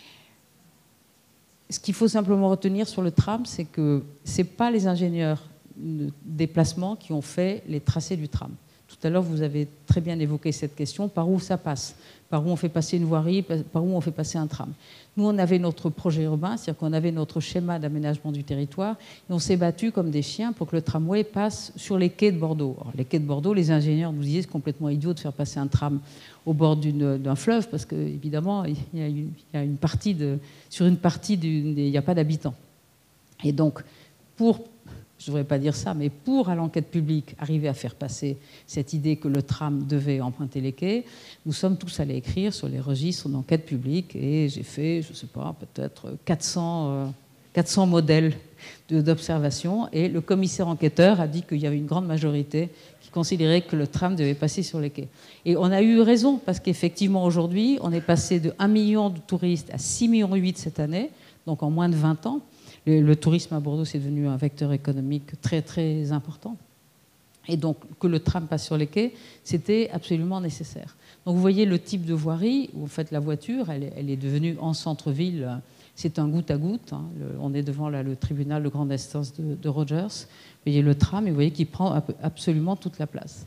Ce qu'il faut simplement retenir sur le tram, c'est que ce n'est pas les ingénieurs de déplacement qui ont fait les tracés du tram. Tout à l'heure, vous avez très bien évoqué cette question, par où ça passe, par où on fait passer une voirie, par où on fait passer un tram. Nous, on avait notre projet urbain, c'est-à-dire qu'on avait notre schéma d'aménagement du territoire, et on s'est battu comme des chiens pour que le tramway passe sur les quais de Bordeaux. Alors, les quais de Bordeaux, les ingénieurs nous disaient c'est complètement idiot de faire passer un tram au bord d'un fleuve, parce qu'évidemment, il y a une, il y a une partie de, sur une partie, du, il n'y a pas d'habitants. Et donc, pour... je ne devrais pas dire ça, mais pour, à l'enquête publique, arriver à faire passer cette idée que le tram devait emprunter les quais, nous sommes tous allés écrire sur les registres d'enquête publique et j'ai fait, je ne sais pas, peut-être quatre cents modèles d'observation et le commissaire enquêteur a dit qu'il y avait une grande majorité qui considérait que le tram devait passer sur les quais. Et on a eu raison, parce qu'effectivement, aujourd'hui, on est passé de un million de touristes à six virgule huit millions cette année, donc en moins de vingt ans. Le, le tourisme à Bordeaux, c'est devenu un vecteur économique très, très important. Et donc, que le tram passe sur les quais, c'était absolument nécessaire. Donc, vous voyez le type de voirie où, en fait, la voiture, elle, elle est devenue en centre-ville, c'est un goutte à goutte. Hein. Le, on est devant là, le tribunal de grande instance de, de Rogers. Vous voyez le tram, et vous voyez qu'il prend absolument toute la place.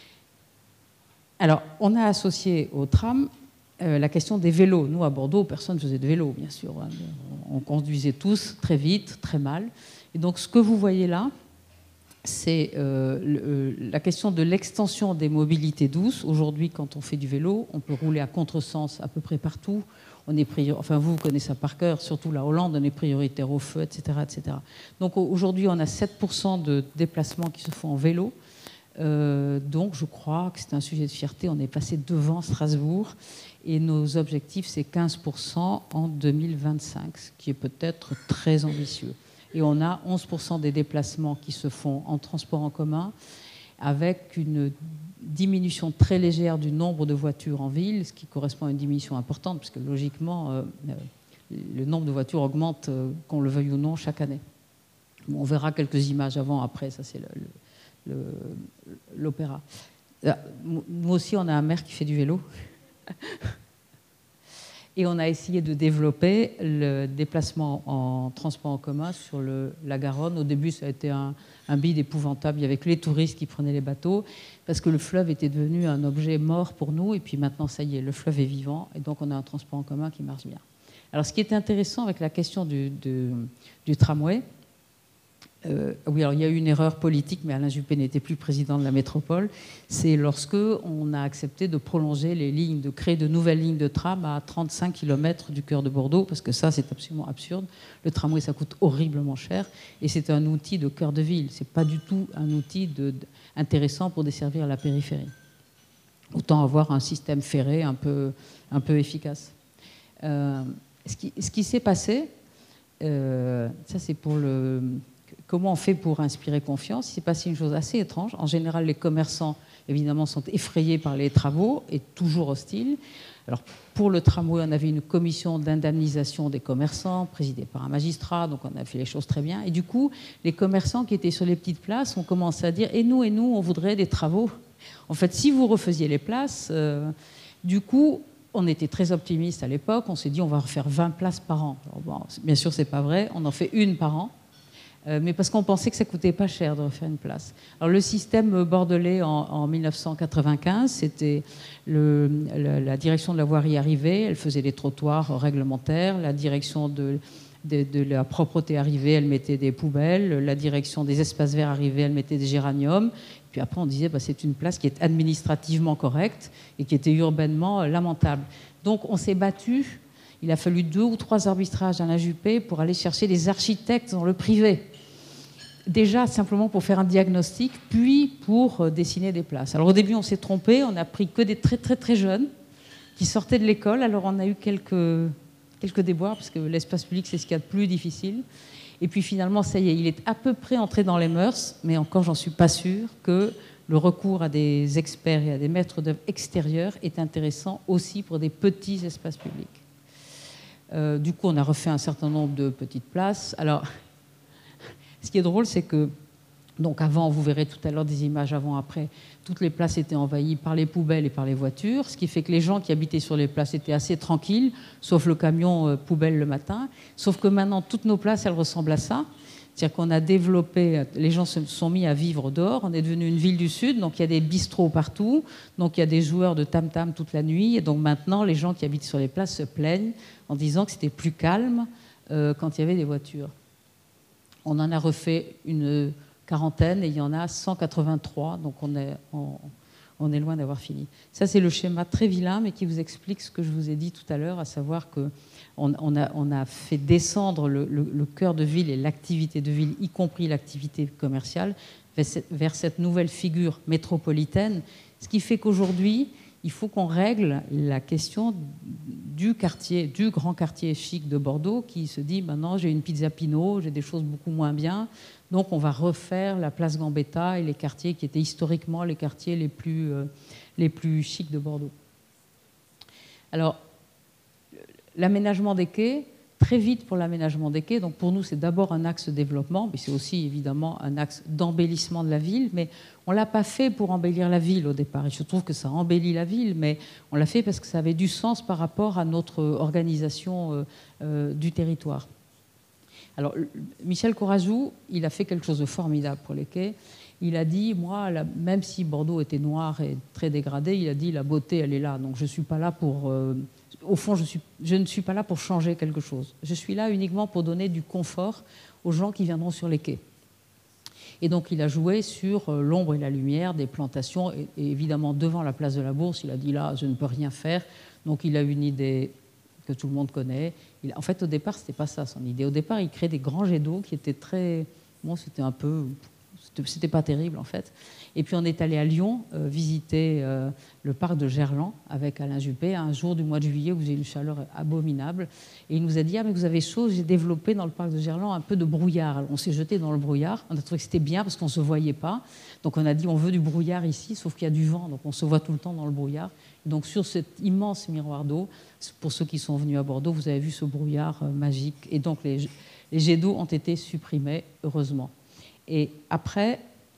Alors, on a associé au tram Euh, la question des vélos. Nous, à Bordeaux, personne ne faisait de vélo, bien sûr. Hein. On conduisait tous très vite, très mal. Et donc, ce que vous voyez là, c'est euh, le, la question de l'extension des mobilités douces. Aujourd'hui, quand on fait du vélo, on peut rouler à contresens à peu près partout. On est priori... Enfin, vous, vous connaissez ça par cœur, surtout la Hollande, on est prioritaire au feu, et cetera, et cetera. Donc, aujourd'hui, on a sept pour cent de déplacements qui se font en vélo. Euh, donc, je crois que c'est un sujet de fierté. On est passé devant Strasbourg. Et nos objectifs, c'est quinze pour cent en deux mille vingt-cinq, ce qui est peut-être très ambitieux. Et on a onze pour cent des déplacements qui se font en transport en commun, avec une diminution très légère du nombre de voitures en ville, ce qui correspond à une diminution importante, puisque logiquement, euh, le nombre de voitures augmente, euh, qu'on le veuille ou non, chaque année. Bon, on verra quelques images avant, après, ça c'est l'opéra. Nous aussi, on a un maire qui fait du vélo. Et on a essayé de développer le déplacement en transport en commun sur le, la Garonne. Au début, ça a été un, un bide épouvantable. Il y avait que les touristes qui prenaient les bateaux parce que le fleuve était devenu un objet mort pour nous. Et puis maintenant, ça y est, le fleuve est vivant. Et donc, on a un transport en commun qui marche bien. Alors, ce qui est intéressant avec la question du, du, du tramway, Euh, oui, alors il y a eu une erreur politique, mais Alain Juppé n'était plus président de la métropole. C'est lorsque on a accepté de prolonger les lignes, de créer de nouvelles lignes de tram à trente-cinq kilomètres du cœur de Bordeaux, parce que ça, c'est absolument absurde. Le tramway, ça coûte horriblement cher, et c'est un outil de cœur de ville. C'est pas du tout un outil de, de, intéressant pour desservir la périphérie. Autant avoir un système ferré un peu, un peu efficace. Euh, ce qui, ce qui s'est passé, euh, ça c'est pour le... Comment on fait pour inspirer confiance? Il s'est passé une chose assez étrange. En général, les commerçants, évidemment, sont effrayés par les travaux et toujours hostiles. Alors, pour le tramway, on avait une commission d'indemnisation des commerçants, présidée par un magistrat, donc on a fait les choses très bien. Et du coup, les commerçants qui étaient sur les petites places ont commencé à dire « Et nous, et nous, on voudrait des travaux. » En fait, si vous refaisiez les places, euh, du coup, on était très optimistes à l'époque. On s'est dit « On va refaire vingt places par an. » Alors, bon, bien sûr, c'est pas vrai. On en fait une par an. Euh, mais parce qu'on pensait que ça ne coûtait pas cher de refaire une place. Alors, le système bordelais en, en mille neuf cent quatre-vingt-quinze, c'était le, le, la direction de la voirie arrivée, elle faisait des trottoirs réglementaires, la direction de, de, de la propreté arrivée, elle mettait des poubelles, la direction des espaces verts arrivée, elle mettait des géraniums. Puis après, on disait bah, c'est une place qui est administrativement correcte et qui était urbainement lamentable. Donc, on s'est battu. Il a fallu deux ou trois arbitrages d'Alain Juppé pour aller chercher des architectes dans le privé. Déjà, simplement pour faire un diagnostic, puis pour dessiner des places. Alors au début, on s'est trompé, on a pris que des très très très jeunes qui sortaient de l'école. Alors on a eu quelques, quelques déboires, parce que l'espace public, c'est ce qu'il y a de plus difficile. Et puis finalement, ça y est, il est à peu près entré dans les mœurs, mais encore, j'en suis pas sûre que le recours à des experts et à des maîtres d'œuvre extérieurs est intéressant aussi pour des petits espaces publics. Euh, du coup, on a refait un certain nombre de petites places. Alors, ce qui est drôle, c'est que, donc avant, vous verrez tout à l'heure des images avant-après, toutes les places étaient envahies par les poubelles et par les voitures, ce qui fait que les gens qui habitaient sur les places étaient assez tranquilles, sauf le camion euh, poubelle le matin. Sauf que maintenant, toutes nos places, elles ressemblent à ça. C'est-à-dire qu'on a développé, les gens se sont mis à vivre dehors, on est devenu une ville du Sud, donc il y a des bistrots partout, donc il y a des joueurs de tam-tam toute la nuit, et donc maintenant les gens qui habitent sur les places se plaignent en disant que c'était plus calme euh, quand il y avait des voitures. On en a refait une quarantaine et il y en a cent quatre-vingt-trois, donc on est, on, on est loin d'avoir fini. Ça c'est le schéma très vilain, mais qui vous explique ce que je vous ai dit tout à l'heure, à savoir que On, on, a, on a fait descendre le, le, le cœur de ville et l'activité de ville, y compris l'activité commerciale, vers cette, vers cette nouvelle figure métropolitaine. Ce qui fait qu'aujourd'hui, il faut qu'on règle la question du quartier, du grand quartier chic de Bordeaux, qui se dit maintenant j'ai une pizza Pinot, j'ai des choses beaucoup moins bien, donc on va refaire la place Gambetta et les quartiers qui étaient historiquement les quartiers les plus, euh, les plus chics de Bordeaux. Alors, l'aménagement des quais, très vite pour l'aménagement des quais, donc pour nous c'est d'abord un axe de développement, mais c'est aussi évidemment un axe d'embellissement de la ville, mais on ne l'a pas fait pour embellir la ville au départ, et je trouve que ça embellit la ville, mais on l'a fait parce que ça avait du sens par rapport à notre organisation euh, euh, du territoire. Alors Michel Corazou, il a fait quelque chose de formidable pour les quais. Il a dit, moi, la, même si Bordeaux était noir et très dégradé, il a dit la beauté elle est là, donc je ne suis pas là pour... Euh, Au fond, je, suis, je ne suis pas là pour changer quelque chose. Je suis là uniquement pour donner du confort aux gens qui viendront sur les quais. Et donc, il a joué sur l'ombre et la lumière des plantations. Et, et évidemment, devant la place de la Bourse, il a dit là, je ne peux rien faire. Donc, il a une idée que tout le monde connaît. Il, en fait, au départ, ce n'était pas ça son idée. Au départ, il créait des grands jets d'eau qui étaient très... Bon, c'était un peu... C'était pas terrible, en fait. Et puis, on est allé à Lyon euh, visiter euh, le parc de Gerland avec Alain Juppé, un jour du mois de juillet où il y a une chaleur abominable. Et il nous a dit, ah, mais vous avez chaud, j'ai développé dans le parc de Gerland un peu de brouillard. Alors, on s'est jeté dans le brouillard. On a trouvé que c'était bien parce qu'on ne se voyait pas. Donc, on a dit, on veut du brouillard ici, sauf qu'il y a du vent. Donc, on se voit tout le temps dans le brouillard. Et donc, sur cet immense miroir d'eau, pour ceux qui sont venus à Bordeaux, vous avez vu ce brouillard euh, magique. Et donc, les, les jets d'eau ont été supprimés, heureusement. Et après,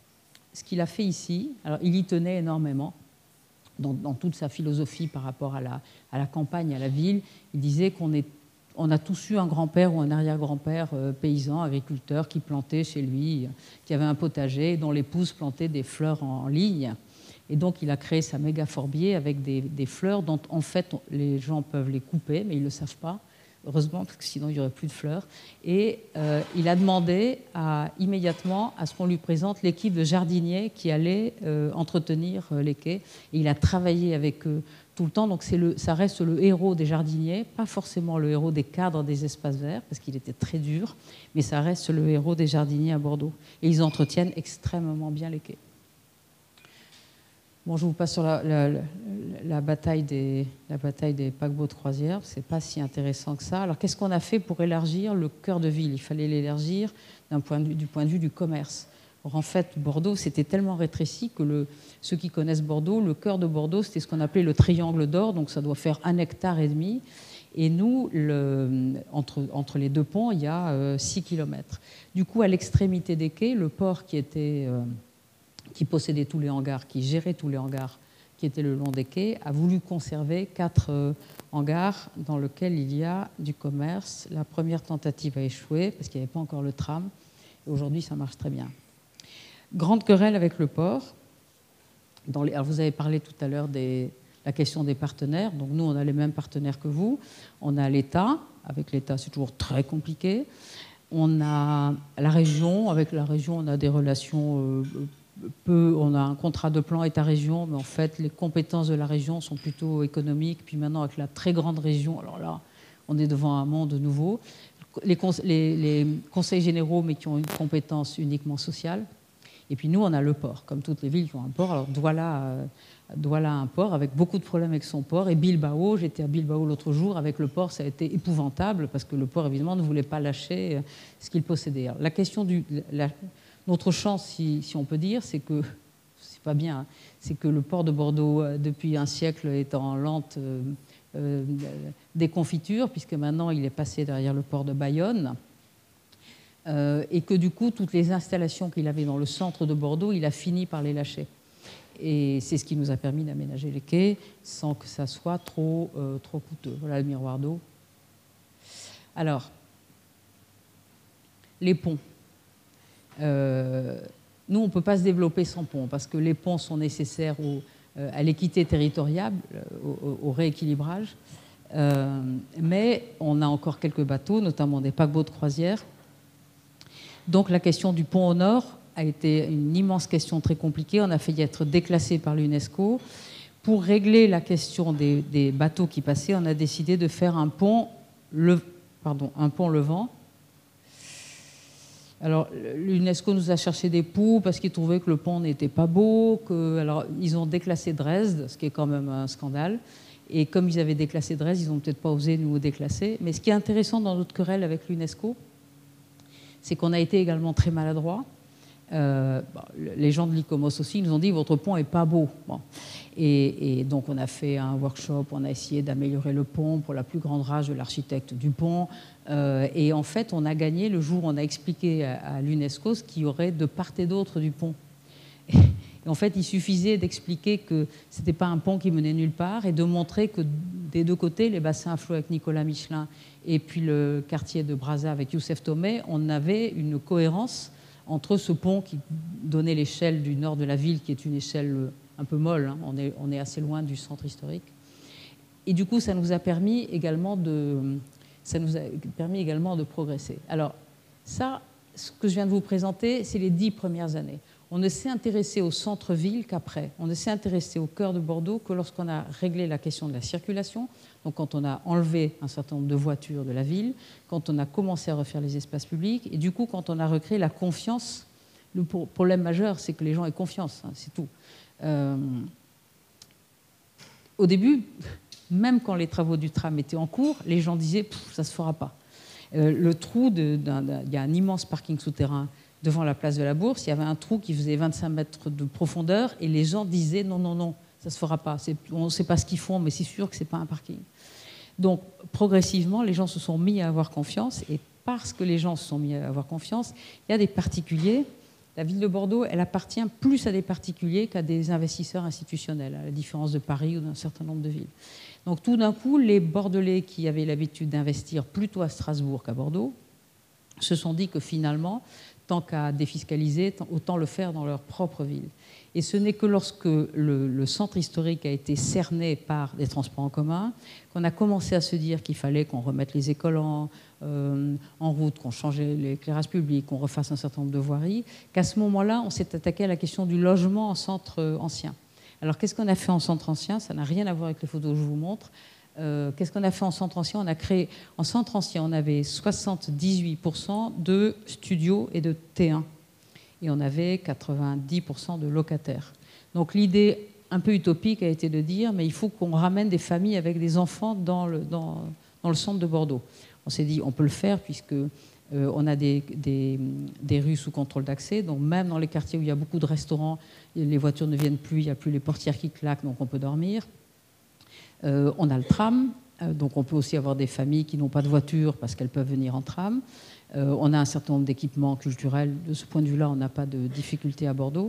ce qu'il a fait ici, alors il y tenait énormément dans, dans toute sa philosophie par rapport à la, à la campagne, à la ville. Il disait qu'on est, on a tous eu un grand-père ou un arrière-grand-père euh, paysan, agriculteur, qui plantait chez lui, qui avait un potager, dont l'épouse plantait des fleurs en, en ligne. Et donc il a créé sa méga forbier avec des, des fleurs dont en fait les gens peuvent les couper, mais ils ne le savent pas. Heureusement, parce que sinon il n'y aurait plus de fleurs. Et euh, il a demandé à, immédiatement à ce qu'on lui présente l'équipe de jardiniers qui allait euh, entretenir euh, les quais. Et il a travaillé avec eux tout le temps. Donc c'est le, ça reste le héros des jardiniers, pas forcément le héros des cadres des espaces verts, parce qu'il était très dur, mais ça reste le héros des jardiniers à Bordeaux. Et ils entretiennent extrêmement bien les quais. Bon, je vous passe sur la, la, la, la, bataille, des, la bataille des paquebots de croisière. Ce n'est pas si intéressant que ça. Alors, qu'est-ce qu'on a fait pour élargir le cœur de ville? Il fallait l'élargir d'un point de vue, du point de vue du commerce. Or, en fait, Bordeaux, c'était tellement rétréci que le, ceux qui connaissent Bordeaux, le cœur de Bordeaux, c'était ce qu'on appelait le triangle d'or. Donc, ça doit faire un hectare et demi. Et nous, le, entre, entre les deux ponts, il y a euh, six kilomètres. Du coup, à l'extrémité des quais, le port qui était... Euh, qui possédait tous les hangars, qui gérait tous les hangars qui étaient le long des quais, a voulu conserver quatre euh, hangars dans lesquels il y a du commerce. La première tentative a échoué parce qu'il n'y avait pas encore le tram. Et aujourd'hui, ça marche très bien. Grande querelle avec le port. Dans les, alors vous avez parlé tout à l'heure de la question des partenaires. Donc nous, on a les mêmes partenaires que vous. On a l'État. Avec l'État, c'est toujours très compliqué. On a la région. Avec la région, on a des relations... Euh, Peu, on a un contrat de plan État-région, mais en fait, les compétences de la région sont plutôt économiques. Puis maintenant, avec la très grande région, alors là, on est devant un monde nouveau. Les, cons les, les conseils généraux, mais qui ont une compétence uniquement sociale. Et puis nous, on a le port, comme toutes les villes qui ont un port. Alors Douala, euh, Douala a un port avec beaucoup de problèmes avec son port. Et Bilbao, j'étais à Bilbao l'autre jour, avec le port, ça a été épouvantable, parce que le port, évidemment, ne voulait pas lâcher ce qu'il possédait. Alors, la question du... La, Notre chance, si, si on peut dire, c'est que, c'est pas bien, hein, c'est que le port de Bordeaux, depuis un siècle, est en lente, euh, euh, des confitures, puisque maintenant il est passé derrière le port de Bayonne, euh, et que du coup, toutes les installations qu'il avait dans le centre de Bordeaux, il a fini par les lâcher. Et c'est ce qui nous a permis d'aménager les quais sans que ça soit trop, euh, trop coûteux. Voilà le miroir d'eau. Alors, les ponts. Euh, nous, on ne peut pas se développer sans ponts, parce que les ponts sont nécessaires au, euh, à l'équité territoriale, au, au rééquilibrage. Euh, mais on a encore quelques bateaux, notamment des paquebots de croisière. Donc la question du pont au nord a été une immense question très compliquée. On a failli être déclassé par l'UNESCO. Pour régler la question des, des bateaux qui passaient, on a décidé de faire un pont, le, pardon, un pont levant. Alors l'UNESCO nous a cherché des poux parce qu'ils trouvaient que le pont n'était pas beau. Que, alors ils ont déclassé Dresde, ce qui est quand même un scandale. Et comme ils avaient déclassé Dresde, ils n'ont peut-être pas osé nous déclasser. Mais ce qui est intéressant dans notre querelle avec l'UNESCO, c'est qu'on a été également très maladroits. Euh, bon, les gens de l'ICOMOS aussi nous ont dit votre pont n'est pas beau. Bon. Et, et donc on a fait un workshop, on a essayé d'améliorer le pont pour la plus grande rage de l'architecte du pont. Euh, et en fait, on a gagné le jour où on a expliqué à, à l'UNESCO ce qu'il y aurait de part et d'autre du pont. Et, et en fait, il suffisait d'expliquer que ce n'était pas un pont qui menait nulle part et de montrer que des deux côtés, les bassins à flot avec Nicolas Michelin et puis le quartier de Brazza avec Youssef Tomé, on avait une cohérence entre ce pont qui donnait l'échelle du nord de la ville, qui est une échelle un peu molle, hein, on, est, on est assez loin du centre historique. Et du coup, ça nous a permis également de, ça nous a permis également de progresser. Alors, ça, ce que je viens de vous présenter, c'est les dix premières années. On ne s'est intéressé au centre-ville qu'après. On ne s'est intéressé au cœur de Bordeaux que lorsqu'on a réglé la question de la circulation, donc quand on a enlevé un certain nombre de voitures de la ville, quand on a commencé à refaire les espaces publics, et du coup, quand on a recréé la confiance. Le problème majeur, c'est que les gens aient confiance, hein, c'est tout. Euh, au début, même quand les travaux du tram étaient en cours, les gens disaient « ça ne se fera pas euh, ». Le trou, de, d'un, d'un, il y a un immense parking souterrain devant la place de la Bourse, il y avait un trou qui faisait vingt-cinq mètres de profondeur et les gens disaient « non, non, non, ça ne se fera pas, c'est, on ne sait pas ce qu'ils font, mais c'est sûr que ce n'est pas un parking ». Donc, progressivement, les gens se sont mis à avoir confiance et parce que les gens se sont mis à avoir confiance, il y a des particuliers. La ville de Bordeaux, elle appartient plus à des particuliers qu'à des investisseurs institutionnels, à la différence de Paris ou d'un certain nombre de villes. Donc tout d'un coup, les Bordelais qui avaient l'habitude d'investir plutôt à Strasbourg qu'à Bordeaux se sont dit que finalement, tant qu'à défiscaliser, autant le faire dans leur propre ville. Et ce n'est que lorsque le, le centre historique a été cerné par des transports en commun qu'on a commencé à se dire qu'il fallait qu'on remette les écoles en, euh, en route, qu'on changeait l'éclairage public, qu'on refasse un certain nombre de voiries, qu'à ce moment-là, on s'est attaqué à la question du logement en centre ancien. Alors, qu'est-ce qu'on a fait en centre ancien? Ça n'a rien à voir avec les photos que je vous montre. Euh, qu'est-ce qu'on a fait en centre ancien? On a créé, en centre ancien, on avait soixante-dix-huit pour cent de studios et de T un. Et on avait quatre-vingt-dix pour cent de locataires. Donc l'idée un peu utopique a été de dire mais il faut qu'on ramène des familles avec des enfants dans le, dans, dans le centre de Bordeaux. On s'est dit on peut le faire puisque euh, on a des, des, des rues sous contrôle d'accès, donc même dans les quartiers où il y a beaucoup de restaurants, les voitures ne viennent plus, il n'y a plus les portières qui claquent, donc on peut dormir. Euh, on a le tram, euh, donc on peut aussi avoir des familles qui n'ont pas de voiture parce qu'elles peuvent venir en tram. Euh, on a un certain nombre d'équipements culturels. De ce point de vue-là, on n'a pas de difficulté à Bordeaux.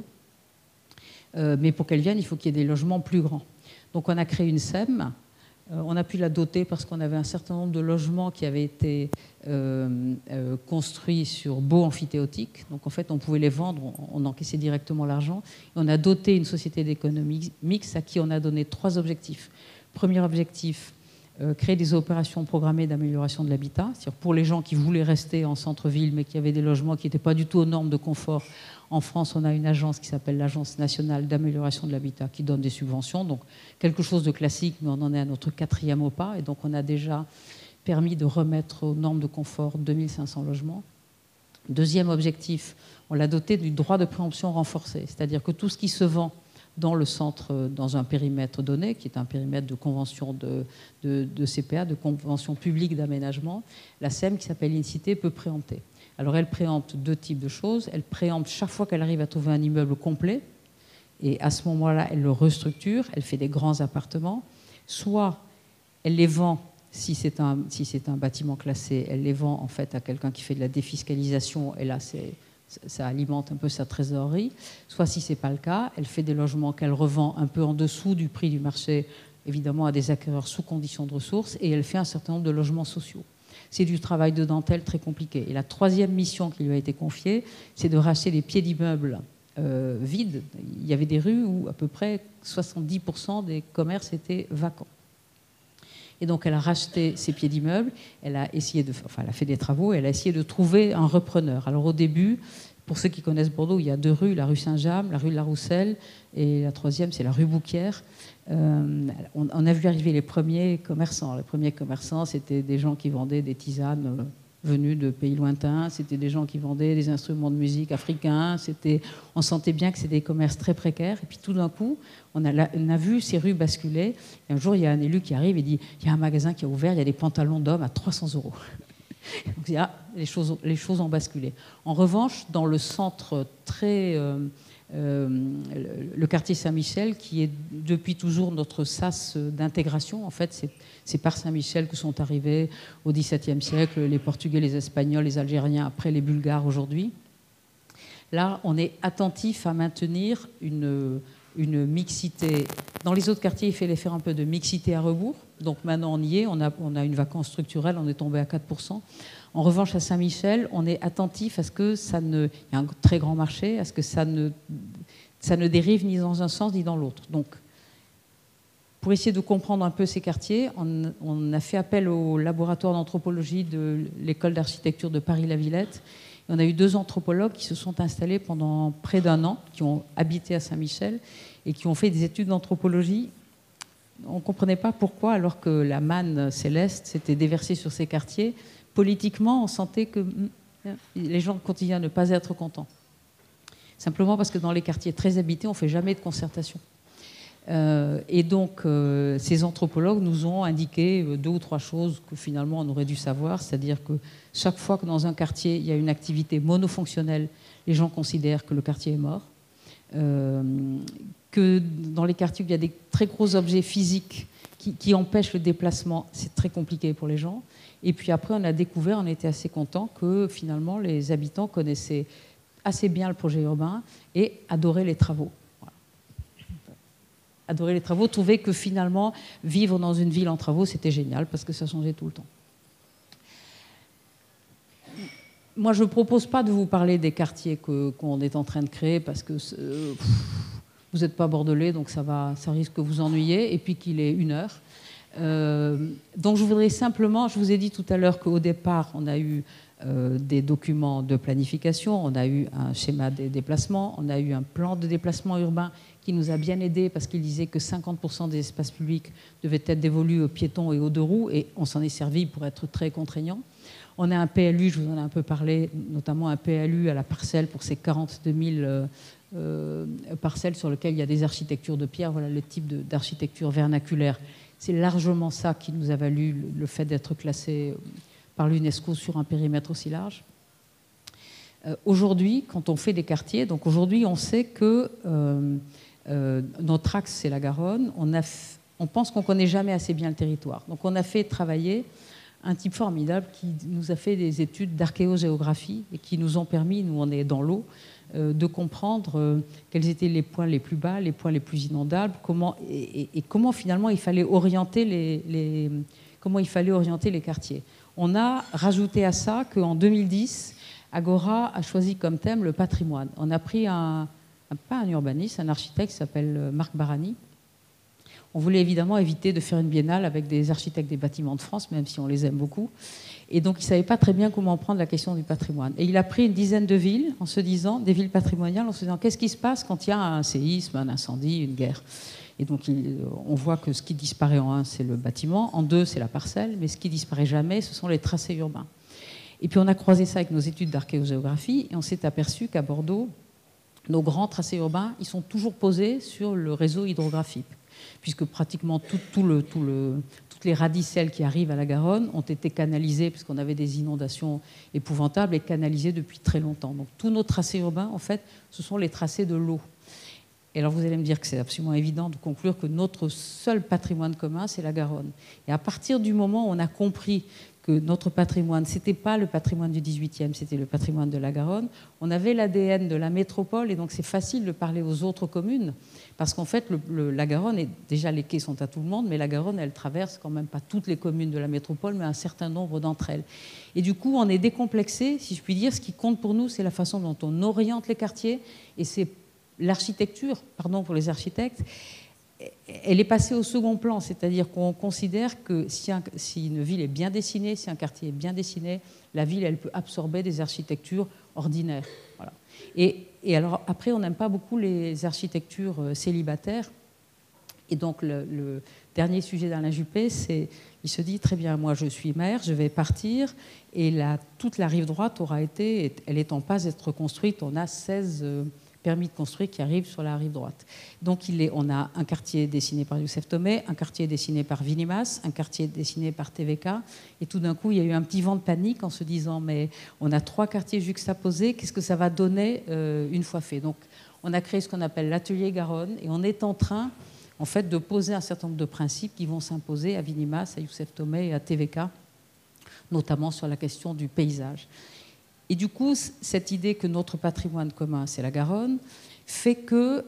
Euh, mais pour qu'elles viennent, il faut qu'il y ait des logements plus grands. Donc on a créé une S E M. Euh, on a pu la doter parce qu'on avait un certain nombre de logements qui avaient été euh, euh, construits sur baux amphithéotiques. Donc en fait, on pouvait les vendre, on, on encaissait directement l'argent. Et on a doté une société d'économie mixte à qui on a donné trois objectifs. Premier objectif, Euh, créer des opérations programmées d'amélioration de l'habitat, c'est-à-dire pour les gens qui voulaient rester en centre-ville mais qui avaient des logements qui n'étaient pas du tout aux normes de confort. En France, on a une agence qui s'appelle l'Agence nationale d'amélioration de l'habitat qui donne des subventions, donc quelque chose de classique, mais on en est à notre quatrième O P A, et donc on a déjà permis de remettre aux normes de confort deux mille cinq cents logements. Deuxième objectif, on l'a doté du droit de préemption renforcé, c'est-à-dire que tout ce qui se vend dans le centre, dans un périmètre donné, qui est un périmètre de convention de, de, de C P A, de convention publique d'aménagement, la S E M qui s'appelle InCité peut préempter. Alors elle préempte deux types de choses. Elle préempte chaque fois qu'elle arrive à trouver un immeuble complet, et à ce moment-là, elle le restructure, elle fait des grands appartements, soit elle les vend, si c'est un, si c'est un bâtiment classé, elle les vend en fait à quelqu'un qui fait de la défiscalisation, et là c'est, ça alimente un peu sa trésorerie. Soit si ce n'est pas le cas, elle fait des logements qu'elle revend un peu en dessous du prix du marché, évidemment à des acquéreurs sous conditions de ressources, et elle fait un certain nombre de logements sociaux. C'est du travail de dentelle très compliqué. Et la troisième mission qui lui a été confiée, c'est de racheter les pieds d'immeubles euh, vides. Il y avait des rues où à peu près soixante-dix pour cent des commerces étaient vacants. Et donc elle a racheté ces pieds d'immeubles, elle a essayé de, enfin elle a fait des travaux, et elle a essayé de trouver un repreneur. Alors au début, pour ceux qui connaissent Bordeaux, il y a deux rues, la rue Saint-James, la rue de la Rousselle, et la troisième c'est la rue Bouquière. Euh, on, on a vu arriver les premiers commerçants. Les premiers commerçants, c'était des gens qui vendaient des tisanes euh, venus de pays lointains, c'était des gens qui vendaient des instruments de musique africains, c'était, on sentait bien que c'était des commerces très précaires. Et puis tout d'un coup, on a, on a vu ces rues basculer. Et un jour, il y a un élu qui arrive et dit, il y a un magasin qui a ouvert, il y a des pantalons d'hommes à trois cents euros. Donc, ah, les choses, les choses ont basculé. En revanche, dans le centre très... Euh, Euh, le quartier Saint-Michel, qui est depuis toujours notre sas d'intégration. En fait, c'est, c'est par Saint-Michel que sont arrivés au dix-septième siècle les Portugais, les Espagnols, les Algériens, après les Bulgares aujourd'hui. Là, on est attentif à maintenir une, une mixité. Dans les autres quartiers, il fallait faire un peu de mixité à rebours. Donc maintenant, on y est. On a, on a une vacance structurelle, on est tombé à quatre pour cent. En revanche, à Saint-Michel, on est attentif à ce que ça ne... Il y a un très grand marché, à ce que ça ne, ça ne dérive ni dans un sens ni dans l'autre. Donc, pour essayer de comprendre un peu ces quartiers, on, on a fait appel au laboratoire d'anthropologie de l'école d'architecture de Paris-la-Villette. Et on a eu deux anthropologues qui se sont installés pendant près d'un an, qui ont habité à Saint-Michel et qui ont fait des études d'anthropologie. On ne comprenait pas pourquoi, alors que la manne céleste s'était déversée sur ces quartiers. Politiquement, on sentait que les gens continuaient à ne pas être contents. Simplement parce que dans les quartiers très habités, on ne fait jamais de concertation. Euh, et donc, euh, ces anthropologues nous ont indiqué deux ou trois choses que finalement on aurait dû savoir, c'est-à-dire que chaque fois que dans un quartier, il y a une activité monofonctionnelle, les gens considèrent que le quartier est mort. Euh, que dans les quartiers où il y a des très gros objets physiques qui, qui empêchent le déplacement, c'est très compliqué pour les gens. Et puis après, on a découvert, on était assez contents, que finalement, les habitants connaissaient assez bien le projet urbain et adoraient les travaux. Voilà. Adoraient les travaux, trouvaient que finalement, vivre dans une ville en travaux, c'était génial parce que ça changeait tout le temps. Moi, je ne propose pas de vous parler des quartiers que, qu'on est en train de créer parce que euh, pff, vous n'êtes pas bordelais, donc ça, va, ça risque que vous ennuyer, et puis qu'il est une heure. Euh, donc je voudrais simplement, je vous ai dit tout à l'heure qu'au départ, on a eu euh, des documents de planification, on a eu un schéma des déplacements, on a eu un plan de déplacement urbain qui nous a bien aidés parce qu'il disait que cinquante pour cent des espaces publics devaient être dévolus aux piétons et aux deux roues, et on s'en est servi pour être très contraignant. On a un P L U, je vous en ai un peu parlé, notamment un P L U à la parcelle pour ces quarante-deux mille euh, euh, parcelles sur lesquelles il y a des architectures de pierre. Voilà le type de, d'architecture vernaculaire. C'est largement ça qui nous a valu le, le fait d'être classé par l'UNESCO sur un périmètre aussi large. Euh, aujourd'hui, quand on fait des quartiers, donc aujourd'hui, on sait que euh, euh, notre axe, c'est la Garonne. On, a f... on pense qu'on ne connaît jamais assez bien le territoire. Donc on a fait travailler un type formidable qui nous a fait des études d'archéogéographie et qui nous ont permis, nous on est dans l'eau, euh, de comprendre euh, quels étaient les points les plus bas, les points les plus inondables, comment, et, et, et comment finalement il fallait orienter les, les, comment il fallait orienter les quartiers. On a rajouté à ça qu'en deux mille dix, Agora a choisi comme thème le patrimoine. On a pris un, un pas un urbaniste, un architecte qui s'appelle Marc Barani. On voulait évidemment éviter de faire une biennale avec des architectes des bâtiments de France, même si on les aime beaucoup. Et donc, il ne savait pas très bien comment prendre la question du patrimoine. Et il a pris une dizaine de villes, en se disant, des villes patrimoniales, en se disant, qu'est-ce qui se passe quand il y a un séisme, un incendie, une guerre? Et donc, il, on voit que ce qui disparaît en un, c'est le bâtiment, en deux, c'est la parcelle, mais ce qui disparaît jamais, ce sont les tracés urbains. Et puis, on a croisé ça avec nos études d'archéogéographie, et on s'est aperçu qu'à Bordeaux, nos grands tracés urbains, ils sont toujours posés sur le réseau hydrographique, puisque pratiquement tout, tout le, tout le, toutes les radicelles qui arrivent à la Garonne ont été canalisées, puisqu'on avait des inondations épouvantables, et canalisées depuis très longtemps. Donc tous nos tracés urbains, en fait, ce sont les tracés de l'eau. Et alors vous allez me dire que c'est absolument évident de conclure que notre seul patrimoine commun, c'est la Garonne. Et à partir du moment où on a compris que notre patrimoine, ce n'était pas le patrimoine du dix-huitième, c'était le patrimoine de la Garonne, on avait l'A D N de la métropole, et donc c'est facile de parler aux autres communes, parce qu'en fait, le, le, la Garonne, est, déjà les quais sont à tout le monde, mais la Garonne, elle traverse quand même pas toutes les communes de la métropole, mais un certain nombre d'entre elles. Et du coup, on est décomplexé, si je puis dire. Ce qui compte pour nous, c'est la façon dont on oriente les quartiers, et c'est l'architecture, pardon pour les architectes, elle est passée au second plan, c'est-à-dire qu'on considère que si, un, si une ville est bien dessinée, si un quartier est bien dessiné, la ville, elle peut absorber des architectures ordinaires. Voilà. Et, et alors, après, on n'aime pas beaucoup les architectures célibataires. Et donc, le, le dernier sujet d'Alain Juppé, c'est, il se dit, très bien, moi, je suis maire, je vais partir, et la, toute la rive droite aura été, elle est en passe d'être construite. On a seize... Euh, permis de construire qui arrive sur la rive droite. Donc il est, on a un quartier dessiné par Youssef Tomé, un quartier dessiné par Vinimas, un quartier dessiné par T V K, et tout d'un coup il y a eu un petit vent de panique en se disant mais on a trois quartiers juxtaposés, qu'est-ce que ça va donner euh, une fois fait? Donc on a créé ce qu'on appelle l'atelier Garonne, et on est en train en fait de poser un certain nombre de principes qui vont s'imposer à Vinimas, à Youssef Tomé et à T V K, notamment sur la question du paysage. Et du coup, cette idée que notre patrimoine commun, c'est la Garonne, fait que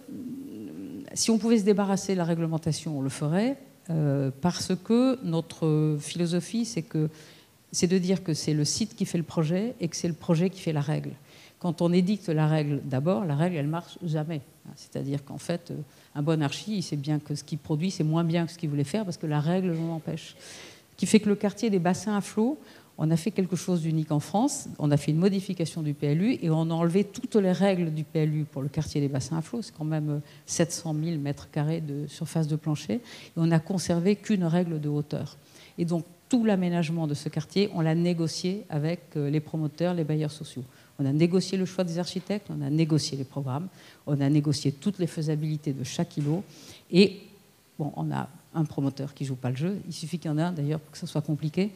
si on pouvait se débarrasser de la réglementation, on le ferait, euh, parce que notre philosophie, c'est que, c'est de dire que c'est le site qui fait le projet et que c'est le projet qui fait la règle. Quand on édicte la règle d'abord, la règle, elle marche jamais. C'est-à-dire qu'en fait, un bon archi, il sait bien que ce qu'il produit, c'est moins bien que ce qu'il voulait faire parce que la règle l'en empêche. Ce qui fait que le quartier des bassins à flot, on a fait quelque chose d'unique en France, on a fait une modification du P L U et on a enlevé toutes les règles du P L U pour le quartier des bassins à flot, c'est quand même sept cent mille mètres carrés de surface de plancher, et on n'a conservé qu'une règle de hauteur. Et donc tout l'aménagement de ce quartier, on l'a négocié avec les promoteurs, les bailleurs sociaux. On a négocié le choix des architectes, on a négocié les programmes, on a négocié toutes les faisabilités de chaque îlot, et bon, on a un promoteur qui ne joue pas le jeu, il suffit qu'il y en ait un d'ailleurs pour que ce soit compliqué.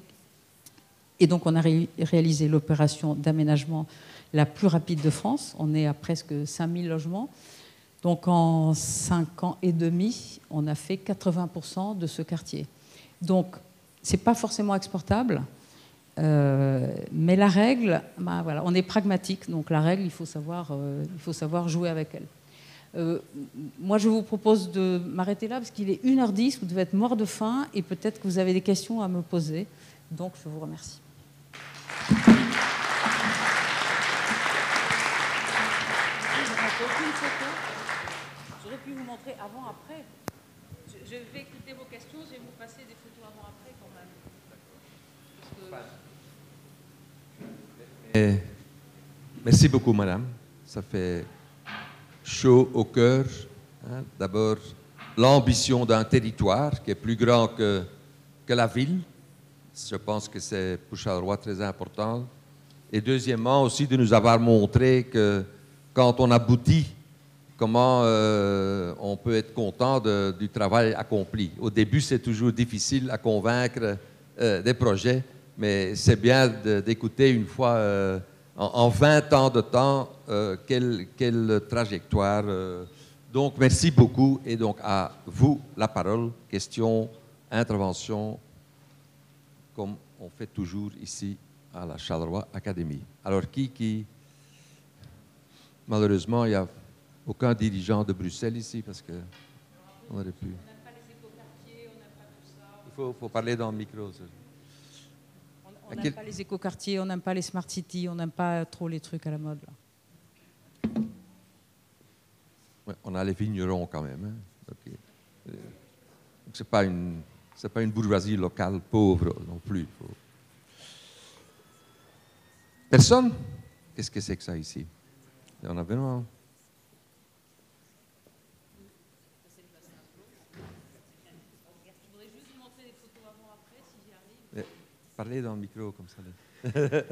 Et donc, on a ré réalisé l'opération d'aménagement la plus rapide de France. On est à presque cinq mille logements. Donc, en cinq ans et demi, on a fait quatre-vingts pour cent de ce quartier. Donc, ce n'est pas forcément exportable, euh, mais la règle, ben voilà, on est pragmatique. Donc, la règle, il faut savoir, euh, il faut savoir jouer avec elle. Euh, moi, je vous propose de m'arrêter là, parce qu'il est une heure dix, vous devez être mort de faim, et peut-être que vous avez des questions à me poser. Donc, je vous remercie. J'aurais pu vous montrer avant, après. Je, je vais écouter vos questions, je vais vous passer des photos avant, après quand même. Que... Et merci beaucoup, madame. Ça fait chaud au cœur. Hein. D'abord, l'ambition d'un territoire qui est plus grand que, que la ville. Je pense que c'est pour Charleroi très important. Et deuxièmement, aussi de nous avoir montré que quand on aboutit, comment euh, on peut être content de, du travail accompli. Au début, c'est toujours difficile à convaincre euh, des projets, mais c'est bien d'écouter une fois, euh, en, en vingt ans de temps, euh, quelle, quelle trajectoire. Euh. Donc, merci beaucoup. Et donc, à vous la parole. Questions, interventions, comme on fait toujours ici à la Charleroi Academy. Alors, qui, qui... Malheureusement, il n'y a aucun dirigeant de Bruxelles ici, parce que on aurait pu... On n'aime pas les écoquartiers, on n'aime pas tout ça. Il faut, faut parler dans le micro. Ça. On n'aime quel... pas les écoquartiers, on n'aime pas les smart cities, on n'aime pas trop les trucs à la mode. Là. Ouais, on a les vignerons quand même. Hein. Okay. Euh, c'est pas une... C'est pas une bourgeoisie locale pauvre non plus. Faut... Personne? Qu'est-ce que c'est que ça ici? Il y en a vraiment. Je voudrais juste vous montrer les photos avant après, si j'y arrive. Parlez dans le micro comme ça.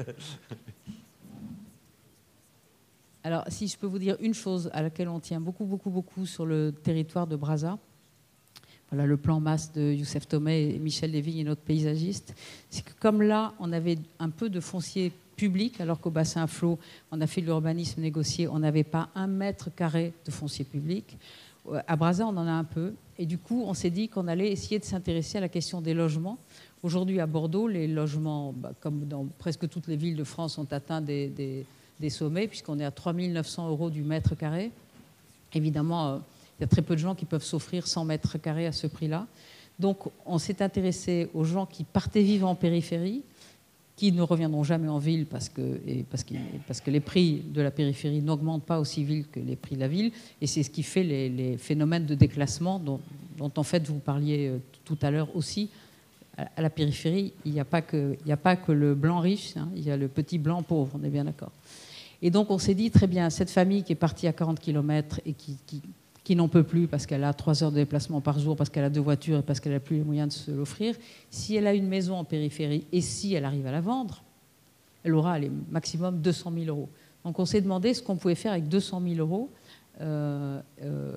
Alors, si je peux vous dire une chose à laquelle on tient beaucoup, beaucoup, beaucoup sur le territoire de Brazza, voilà le plan masse de Youssef Tomé et Michel Desvignes et notre paysagiste, c'est que comme là, on avait un peu de foncier public, alors qu'au bassin à flot, on a fait de l'urbanisme négocié, on n'avait pas un mètre carré de foncier public. À Brazza, on en a un peu. Et du coup, on s'est dit qu'on allait essayer de s'intéresser à la question des logements. Aujourd'hui, à Bordeaux, les logements, bah, comme dans presque toutes les villes de France, ont atteint des, des, des sommets, puisqu'on est à trois mille neuf cents euros du mètre carré. Évidemment, euh, il y a très peu de gens qui peuvent s'offrir cent mètres carrés à ce prix-là. Donc, on s'est intéressé aux gens qui partaient vivre en périphérie, qui ne reviendront jamais en ville parce que, et parce, que, parce que les prix de la périphérie n'augmentent pas aussi vite que les prix de la ville. Et c'est ce qui fait les, les phénomènes de déclassement dont, dont, en fait, vous parliez tout à l'heure aussi. À la périphérie, il n'y a pas que, il n'y a pas que le blanc riche, hein, il y a le petit blanc pauvre, on est bien d'accord. Et donc, on s'est dit, très bien, cette famille qui est partie à quarante kilomètres et qui, qui, qui n'en peut plus parce qu'elle a trois heures de déplacement par jour, parce qu'elle a deux voitures et parce qu'elle n'a plus les moyens de se l'offrir, si elle a une maison en périphérie et si elle arrive à la vendre, elle aura les maximum deux cent mille euros. Donc, on s'est demandé ce qu'on pouvait faire avec deux cent mille euros. Euh, euh,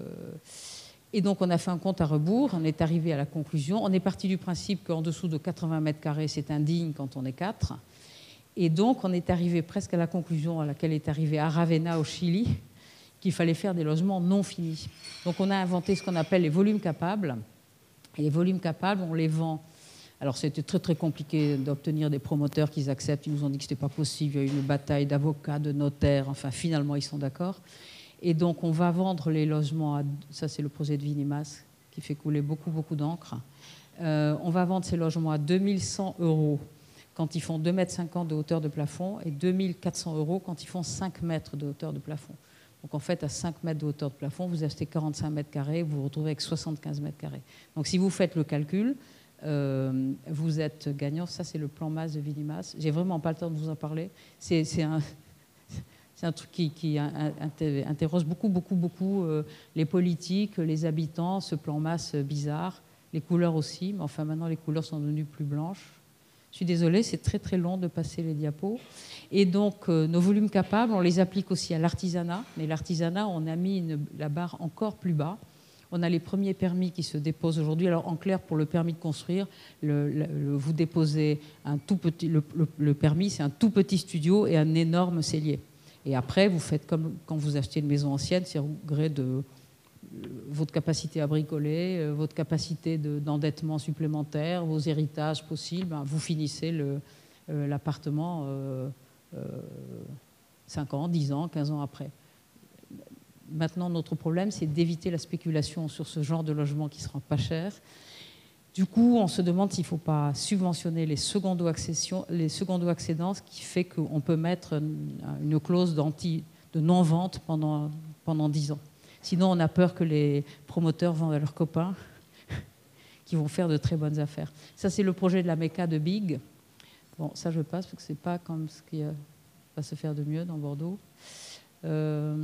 et donc, on a fait un compte à rebours. On est arrivé à la conclusion. On est parti du principe qu'en dessous de quatre-vingts mètres carrés, c'est indigne quand on est quatre. Et donc, on est arrivé presque à la conclusion à laquelle est arrivé Aravena au Chili, qu'il fallait faire des logements non finis. Donc, on a inventé ce qu'on appelle les volumes capables. Et les volumes capables, on les vend. Alors, c'était très, très compliqué d'obtenir des promoteurs qui acceptent. Ils nous ont dit que ce n'était pas possible. Il y a eu une bataille d'avocats, de notaires. Enfin, finalement, ils sont d'accord. Et donc, on va vendre les logements à... Ça, c'est le projet de Vinimas qui fait couler beaucoup, beaucoup d'encre. Euh, on va vendre ces logements à deux mille cent euros quand ils font deux mètres cinquante de hauteur de plafond et deux mille quatre cents euros quand ils font cinq mètres de hauteur de plafond. Donc, en fait, à cinq mètres de hauteur de plafond, vous achetez quarante-cinq mètres carrés, vous vous retrouvez avec soixante-quinze mètres carrés. Donc, si vous faites le calcul, euh, vous êtes gagnant. Ça, c'est le plan M A S de Vinimas. J'ai vraiment pas le temps de vous en parler. C'est, c'est un... C'est un truc qui, qui interroge beaucoup, beaucoup, beaucoup euh, les politiques, les habitants, ce plan masse bizarre, les couleurs aussi, mais enfin maintenant les couleurs sont devenues plus blanches. Je suis désolée, c'est très très long de passer les diapos. Et donc euh, nos volumes capables, on les applique aussi à l'artisanat, mais l'artisanat, on a mis une, la barre encore plus bas. On a les premiers permis qui se déposent aujourd'hui. Alors en clair, pour le permis de construire, le, le, le, vous déposez un tout petit, le, le, le permis, c'est un tout petit studio et un énorme cellier. Et après, vous faites comme quand vous achetez une maison ancienne, c'est au gré de euh, votre capacité à bricoler, euh, votre capacité de, d'endettement supplémentaire, vos héritages possibles. Ben, vous finissez le, euh, l'appartement euh, euh, cinq ans, dix ans, quinze ans après. Maintenant, notre problème, c'est d'éviter la spéculation sur ce genre de logement qui ne sera pas cher. Du coup, on se demande s'il ne faut pas subventionner les secondo-accessions, les secondo-accédants, ce qui fait qu'on peut mettre une clause d'anti, de non-vente pendant, pendant dix ans. Sinon, on a peur que les promoteurs vendent à leurs copains qui vont faire de très bonnes affaires. Ça, c'est le projet de la Mecca de Big. Bon, ça, je passe parce que ce n'est pas comme ce qui va se faire de mieux dans Bordeaux. Euh,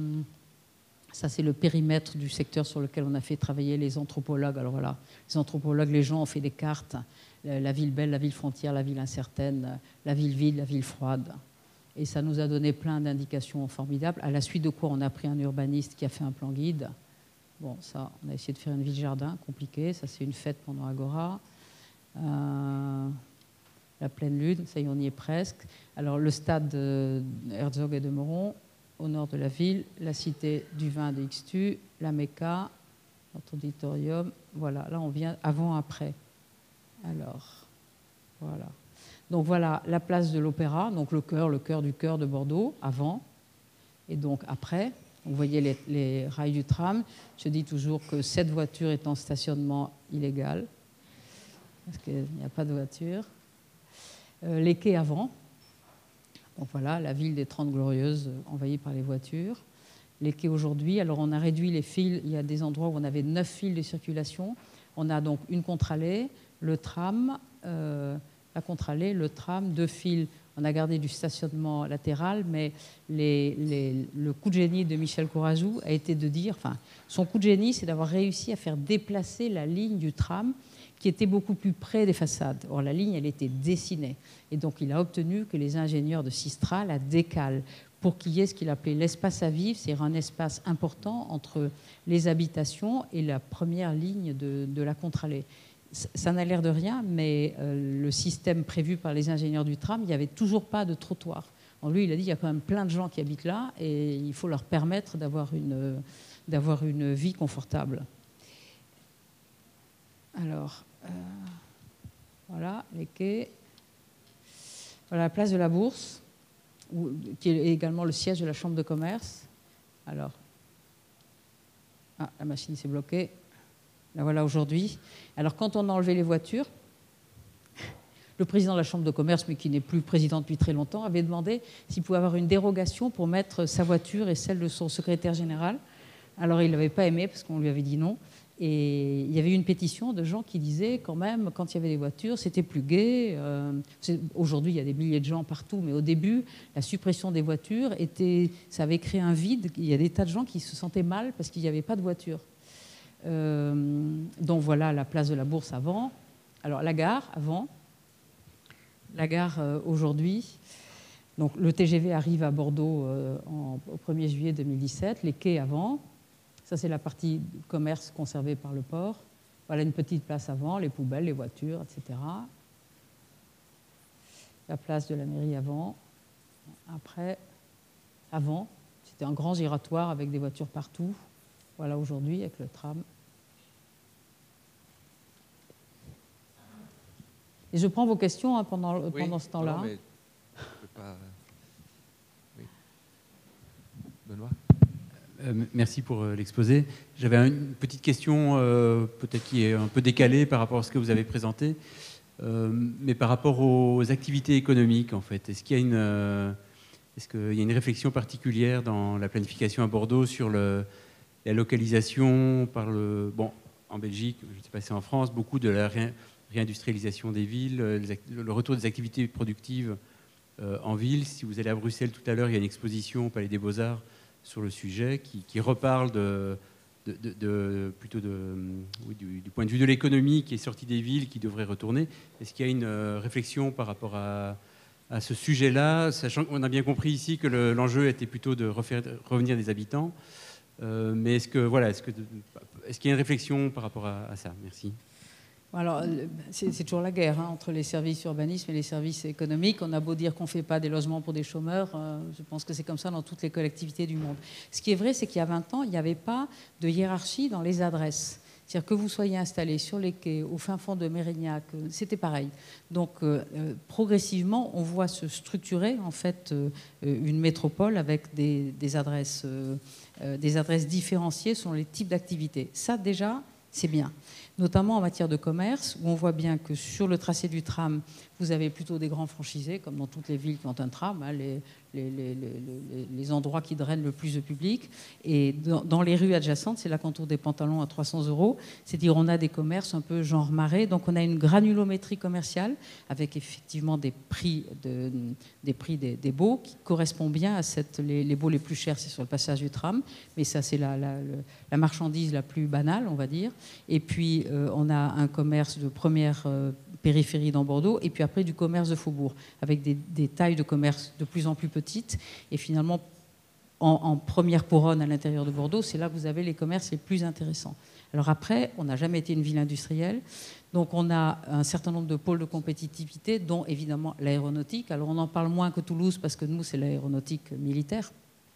Ça, c'est le périmètre du secteur sur lequel on a fait travailler les anthropologues. Alors voilà, les anthropologues, les gens ont fait des cartes. La ville belle, la ville frontière, la ville incertaine, la ville vide, la ville froide. Et ça nous a donné plein d'indications formidables. À la suite de quoi, on a pris un urbaniste qui a fait un plan guide. Bon, ça, on a essayé de faire une ville-jardin, compliqué. Ça, c'est une fête pendant Agora. Euh, la pleine lune, ça y est, on y est presque. Alors, le stade de Herzog et de Meuron, au nord de la ville, la cité du vin de Ixtu, la Mecca, notre auditorium. Voilà, là on vient avant-après. Alors, voilà. Donc voilà la place de l'Opéra, donc le cœur, le cœur du cœur de Bordeaux, avant. Et donc après, vous voyez les, les rails du tram. Je dis toujours que cette voiture est en stationnement illégal, parce qu'il n'y a pas de voiture. Euh, les quais avant. Donc voilà, la ville des Trente Glorieuses envahie par les voitures. Les quais aujourd'hui, alors on a réduit les fils, il y a des endroits où on avait neuf fils de circulation. On a donc une contre-allée, le tram, euh, la contre-allée, le tram, deux fils. On a gardé du stationnement latéral, mais les, les, le coup de génie de Michel Courajou a été de dire, enfin, son coup de génie, c'est d'avoir réussi à faire déplacer la ligne du tram qui était beaucoup plus près des façades. Or, la ligne, elle était dessinée. Et donc, il a obtenu que les ingénieurs de Sistra la décalent pour qu'il y ait ce qu'il appelait l'espace à vivre, c'est-à-dire un espace important entre les habitations et la première ligne de, de la contre-allée. Ça n'a l'air de rien, mais euh, le système prévu par les ingénieurs du tram, il n'y avait toujours pas de trottoir. En lui, il a dit qu'il y a quand même plein de gens qui habitent là et il faut leur permettre d'avoir une, d'avoir une vie confortable. Alors, euh, voilà, les quais. Voilà la place de la Bourse, où, qui est également le siège de la Chambre de commerce. Alors, ah, la machine s'est bloquée. La voilà aujourd'hui. Alors, quand on a enlevé les voitures, le président de la Chambre de commerce, mais qui n'est plus président depuis très longtemps, avait demandé s'il pouvait avoir une dérogation pour mettre sa voiture et celle de son secrétaire général. Alors, il ne l'avait pas aimé parce qu'on lui avait dit non. Et il y avait eu une pétition de gens qui disaient quand même, quand il y avait des voitures, c'était plus gai. Euh, Aujourd'hui, il y a des milliers de gens partout, mais au début, la suppression des voitures, était, ça avait créé un vide. Il y a des tas de gens qui se sentaient mal parce qu'il n'y avait pas de voiture. Euh, donc voilà la place de la Bourse avant. Alors la gare avant. La gare euh, aujourd'hui. Donc le T G V arrive à Bordeaux euh, en, au premier juillet deux mille dix-sept. Les quais avant. Ça, c'est la partie commerce conservée par le port. Voilà une petite place avant, les poubelles, les voitures, et cetera. La place de la mairie avant. Après, avant, c'était un grand giratoire avec des voitures partout. Voilà aujourd'hui avec le tram. Et je prends vos questions hein, pendant, oui, pendant ce temps-là. Non, mais je peux pas... Oui. Benoît ? Euh, merci pour euh, l'exposé. J'avais une petite question, euh, peut-être qui est un peu décalée par rapport à ce que vous avez présenté, euh, mais par rapport aux activités économiques, en fait. Est-ce qu'il y a une, euh, est-ce qu'il y a une réflexion particulière dans la planification à Bordeaux sur le, la localisation par le... Bon, en Belgique, je ne sais pas si c'est en France, beaucoup de la ré, réindustrialisation des villes, les, le retour des activités productives euh, en ville. Si vous allez à Bruxelles tout à l'heure, il y a une exposition au Palais des Beaux-Arts sur le sujet, qui, qui reparle de, de, de, de, plutôt de, oui, du, du point de vue de l'économie qui est sortie des villes, qui devrait retourner. Est-ce qu'il y a une euh, réflexion par rapport à, à ce sujet-là, sachant qu'on a bien compris ici que le, l'enjeu était plutôt de refaire revenir des habitants, euh, mais est-ce que voilà, est-ce que est-ce qu'il y a une réflexion par rapport à, à ça? Merci. Alors, c'est, c'est toujours la guerre hein, entre les services urbanisme et les services économiques. On a beau dire qu'on ne fait pas des logements pour des chômeurs, euh, je pense que c'est comme ça dans toutes les collectivités du monde. Ce qui est vrai, c'est qu'il y a vingt ans, il n'y avait pas de hiérarchie dans les adresses. C'est-à-dire que vous soyez installé sur les quais, au fin fond de Mérignac, c'était pareil. Donc, euh, progressivement, on voit se structurer en fait euh, une métropole avec des, des, adresses, euh, des adresses différenciées selon les types d'activités. Ça, déjà, c'est bien. Notamment en matière de commerce, où on voit bien que sur le tracé du tram, vous avez plutôt des grands franchisés, comme dans toutes les villes qui ont un tram, hein, les, les, les, les, les endroits qui drainent le plus de public. Et dans, dans les rues adjacentes, c'est là qu'on trouve des pantalons à trois cents euros. C'est-à-dire on a des commerces un peu genre marais. Donc on a une granulométrie commerciale avec effectivement des prix, de, des, prix des, des baux qui correspondent bien à cette... Les, les baux les plus chers, c'est sur le passage du tram. Mais ça, c'est la, la, la marchandise la plus banale, on va dire. Et puis, euh, on a un commerce de première euh, périphérie dans Bordeaux. Et puis après, du commerce de faubourg, avec des, des tailles de commerce de plus en plus petites. Et finalement, en, en première couronne à l'intérieur de Bordeaux, c'est là que vous avez les commerces les plus intéressants. Alors après, on n'a jamais été une ville industrielle. Donc on a un certain nombre de pôles de compétitivité, dont évidemment l'aéronautique. Alors on en parle moins que Toulouse, parce que nous, c'est l'aéronautique militaire.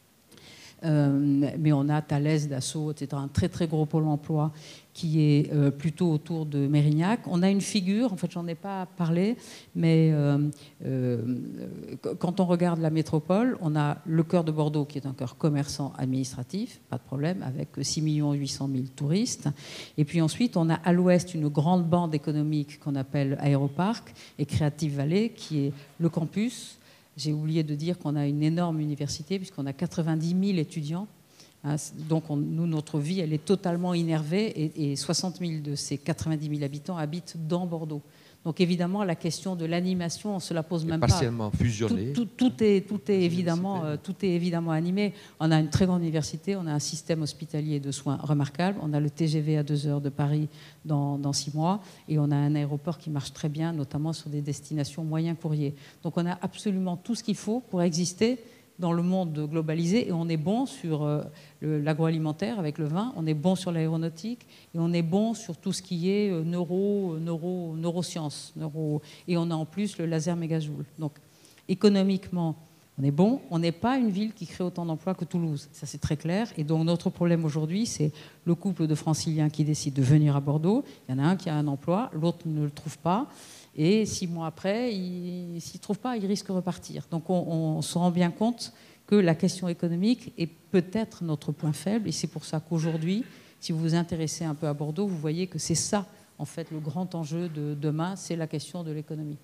Euh, mais on a Thales, Dassault, et cetera, un très très gros pôle emploi qui est euh, plutôt autour de Mérignac. On a une figure, en fait j'en ai pas parlé, mais euh, euh, quand on regarde la métropole, on a le cœur de Bordeaux qui est un cœur commerçant administratif, pas de problème, avec six millions huit cent mille touristes. Et puis ensuite on a à l'ouest une grande bande économique qu'on appelle Aéroparc et Creative Valley, qui est le campus. J'ai oublié de dire qu'on a une énorme université, puisqu'on a quatre-vingt-dix mille étudiants. Donc, on, nous, notre vie, elle est totalement innervée, et, et soixante mille de ces quatre-vingt-dix mille habitants habitent dans Bordeaux. Donc, évidemment, la question de l'animation, on ne se la pose même pas. Partiellement fusionné. Tout, tout, tout, est, tout, est évidemment, euh, tout est évidemment animé. On a une très grande université, on a un système hospitalier de soins remarquable, on a le T G V à deux heures de Paris dans, dans six mois, et on a un aéroport qui marche très bien, notamment sur des destinations moyen courrier. Donc, on a absolument tout ce qu'il faut pour exister dans le monde globalisé, et on est bon sur euh, le, l'agroalimentaire avec le vin, on est bon sur l'aéronautique, et on est bon sur tout ce qui est euh, neuro, neuro, neurosciences. Neuro, et on a en plus le laser mégajoule. Donc économiquement, On est bon, on n'est pas une ville qui crée autant d'emplois que Toulouse, ça c'est très clair. Et donc notre problème aujourd'hui, c'est le couple de franciliens qui décide de venir à Bordeaux. Il y en a un qui a un emploi, l'autre ne le trouve pas. Et six mois après, s'il ne trouve pas, il risque de repartir. Donc on, on se rend bien compte que la question économique est peut-être notre point faible. Et c'est pour ça qu'aujourd'hui, si vous vous intéressez un peu à Bordeaux, vous voyez que c'est ça, en fait, le grand enjeu de demain, c'est la question de l'économie.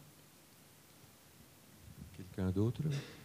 Quelqu'un d'autre ?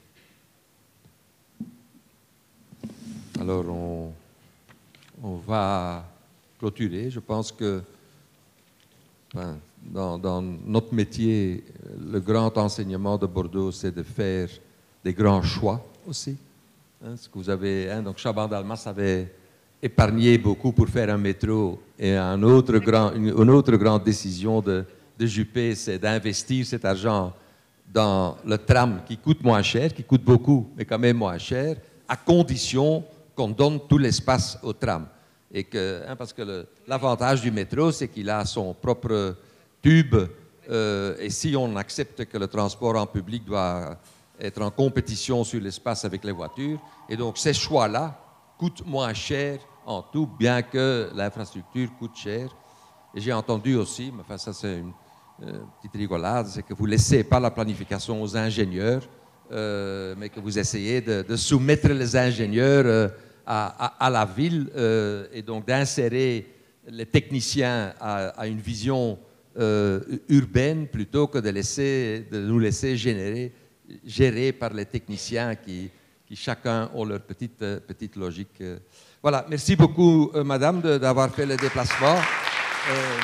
Alors, on, on va clôturer. Je pense que enfin, dans, dans notre métier, le grand enseignement de Bordeaux, c'est de faire des grands choix aussi. Hein, ce que vous avez, hein, donc Chaban-Delmas avait épargné beaucoup pour faire un métro, et un autre grand, une, une autre grande décision de, de Juppé, c'est d'investir cet argent dans le tram qui coûte moins cher, qui coûte beaucoup, mais quand même moins cher, à condition qu'on donne tout l'espace au tram. Et que, hein, parce que l'avantage du métro, c'est qu'il a son propre tube, euh, et si on accepte que le transport en public doit être en compétition sur l'espace avec les voitures, et donc ces choix-là coûtent moins cher en tout, bien que l'infrastructure coûte cher. Et j'ai entendu aussi, mais enfin ça c'est une euh, petite rigolade, c'est que vous ne laissez pas la planification aux ingénieurs, euh, mais que vous essayez de, de soumettre les ingénieurs euh, à, à, à la ville, euh, et donc d'insérer les techniciens à, à une vision euh, urbaine plutôt que de, laisser, de nous laisser générer, gérer par les techniciens qui, qui chacun ont leur petite, euh, petite logique. Voilà, merci beaucoup, euh, madame, d'avoir fait le déplacement. Euh,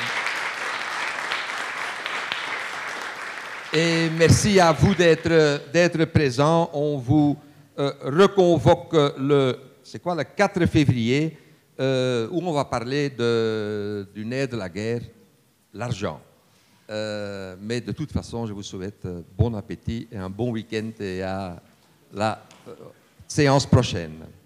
et merci à vous d'être présents. On vous euh, reconvoque le, c'est quoi, le quatre février, euh, où on va parler de, du nerf de la guerre, l'argent. Euh, mais de toute façon, je vous souhaite bon appétit et un bon week-end et à la euh, séance prochaine.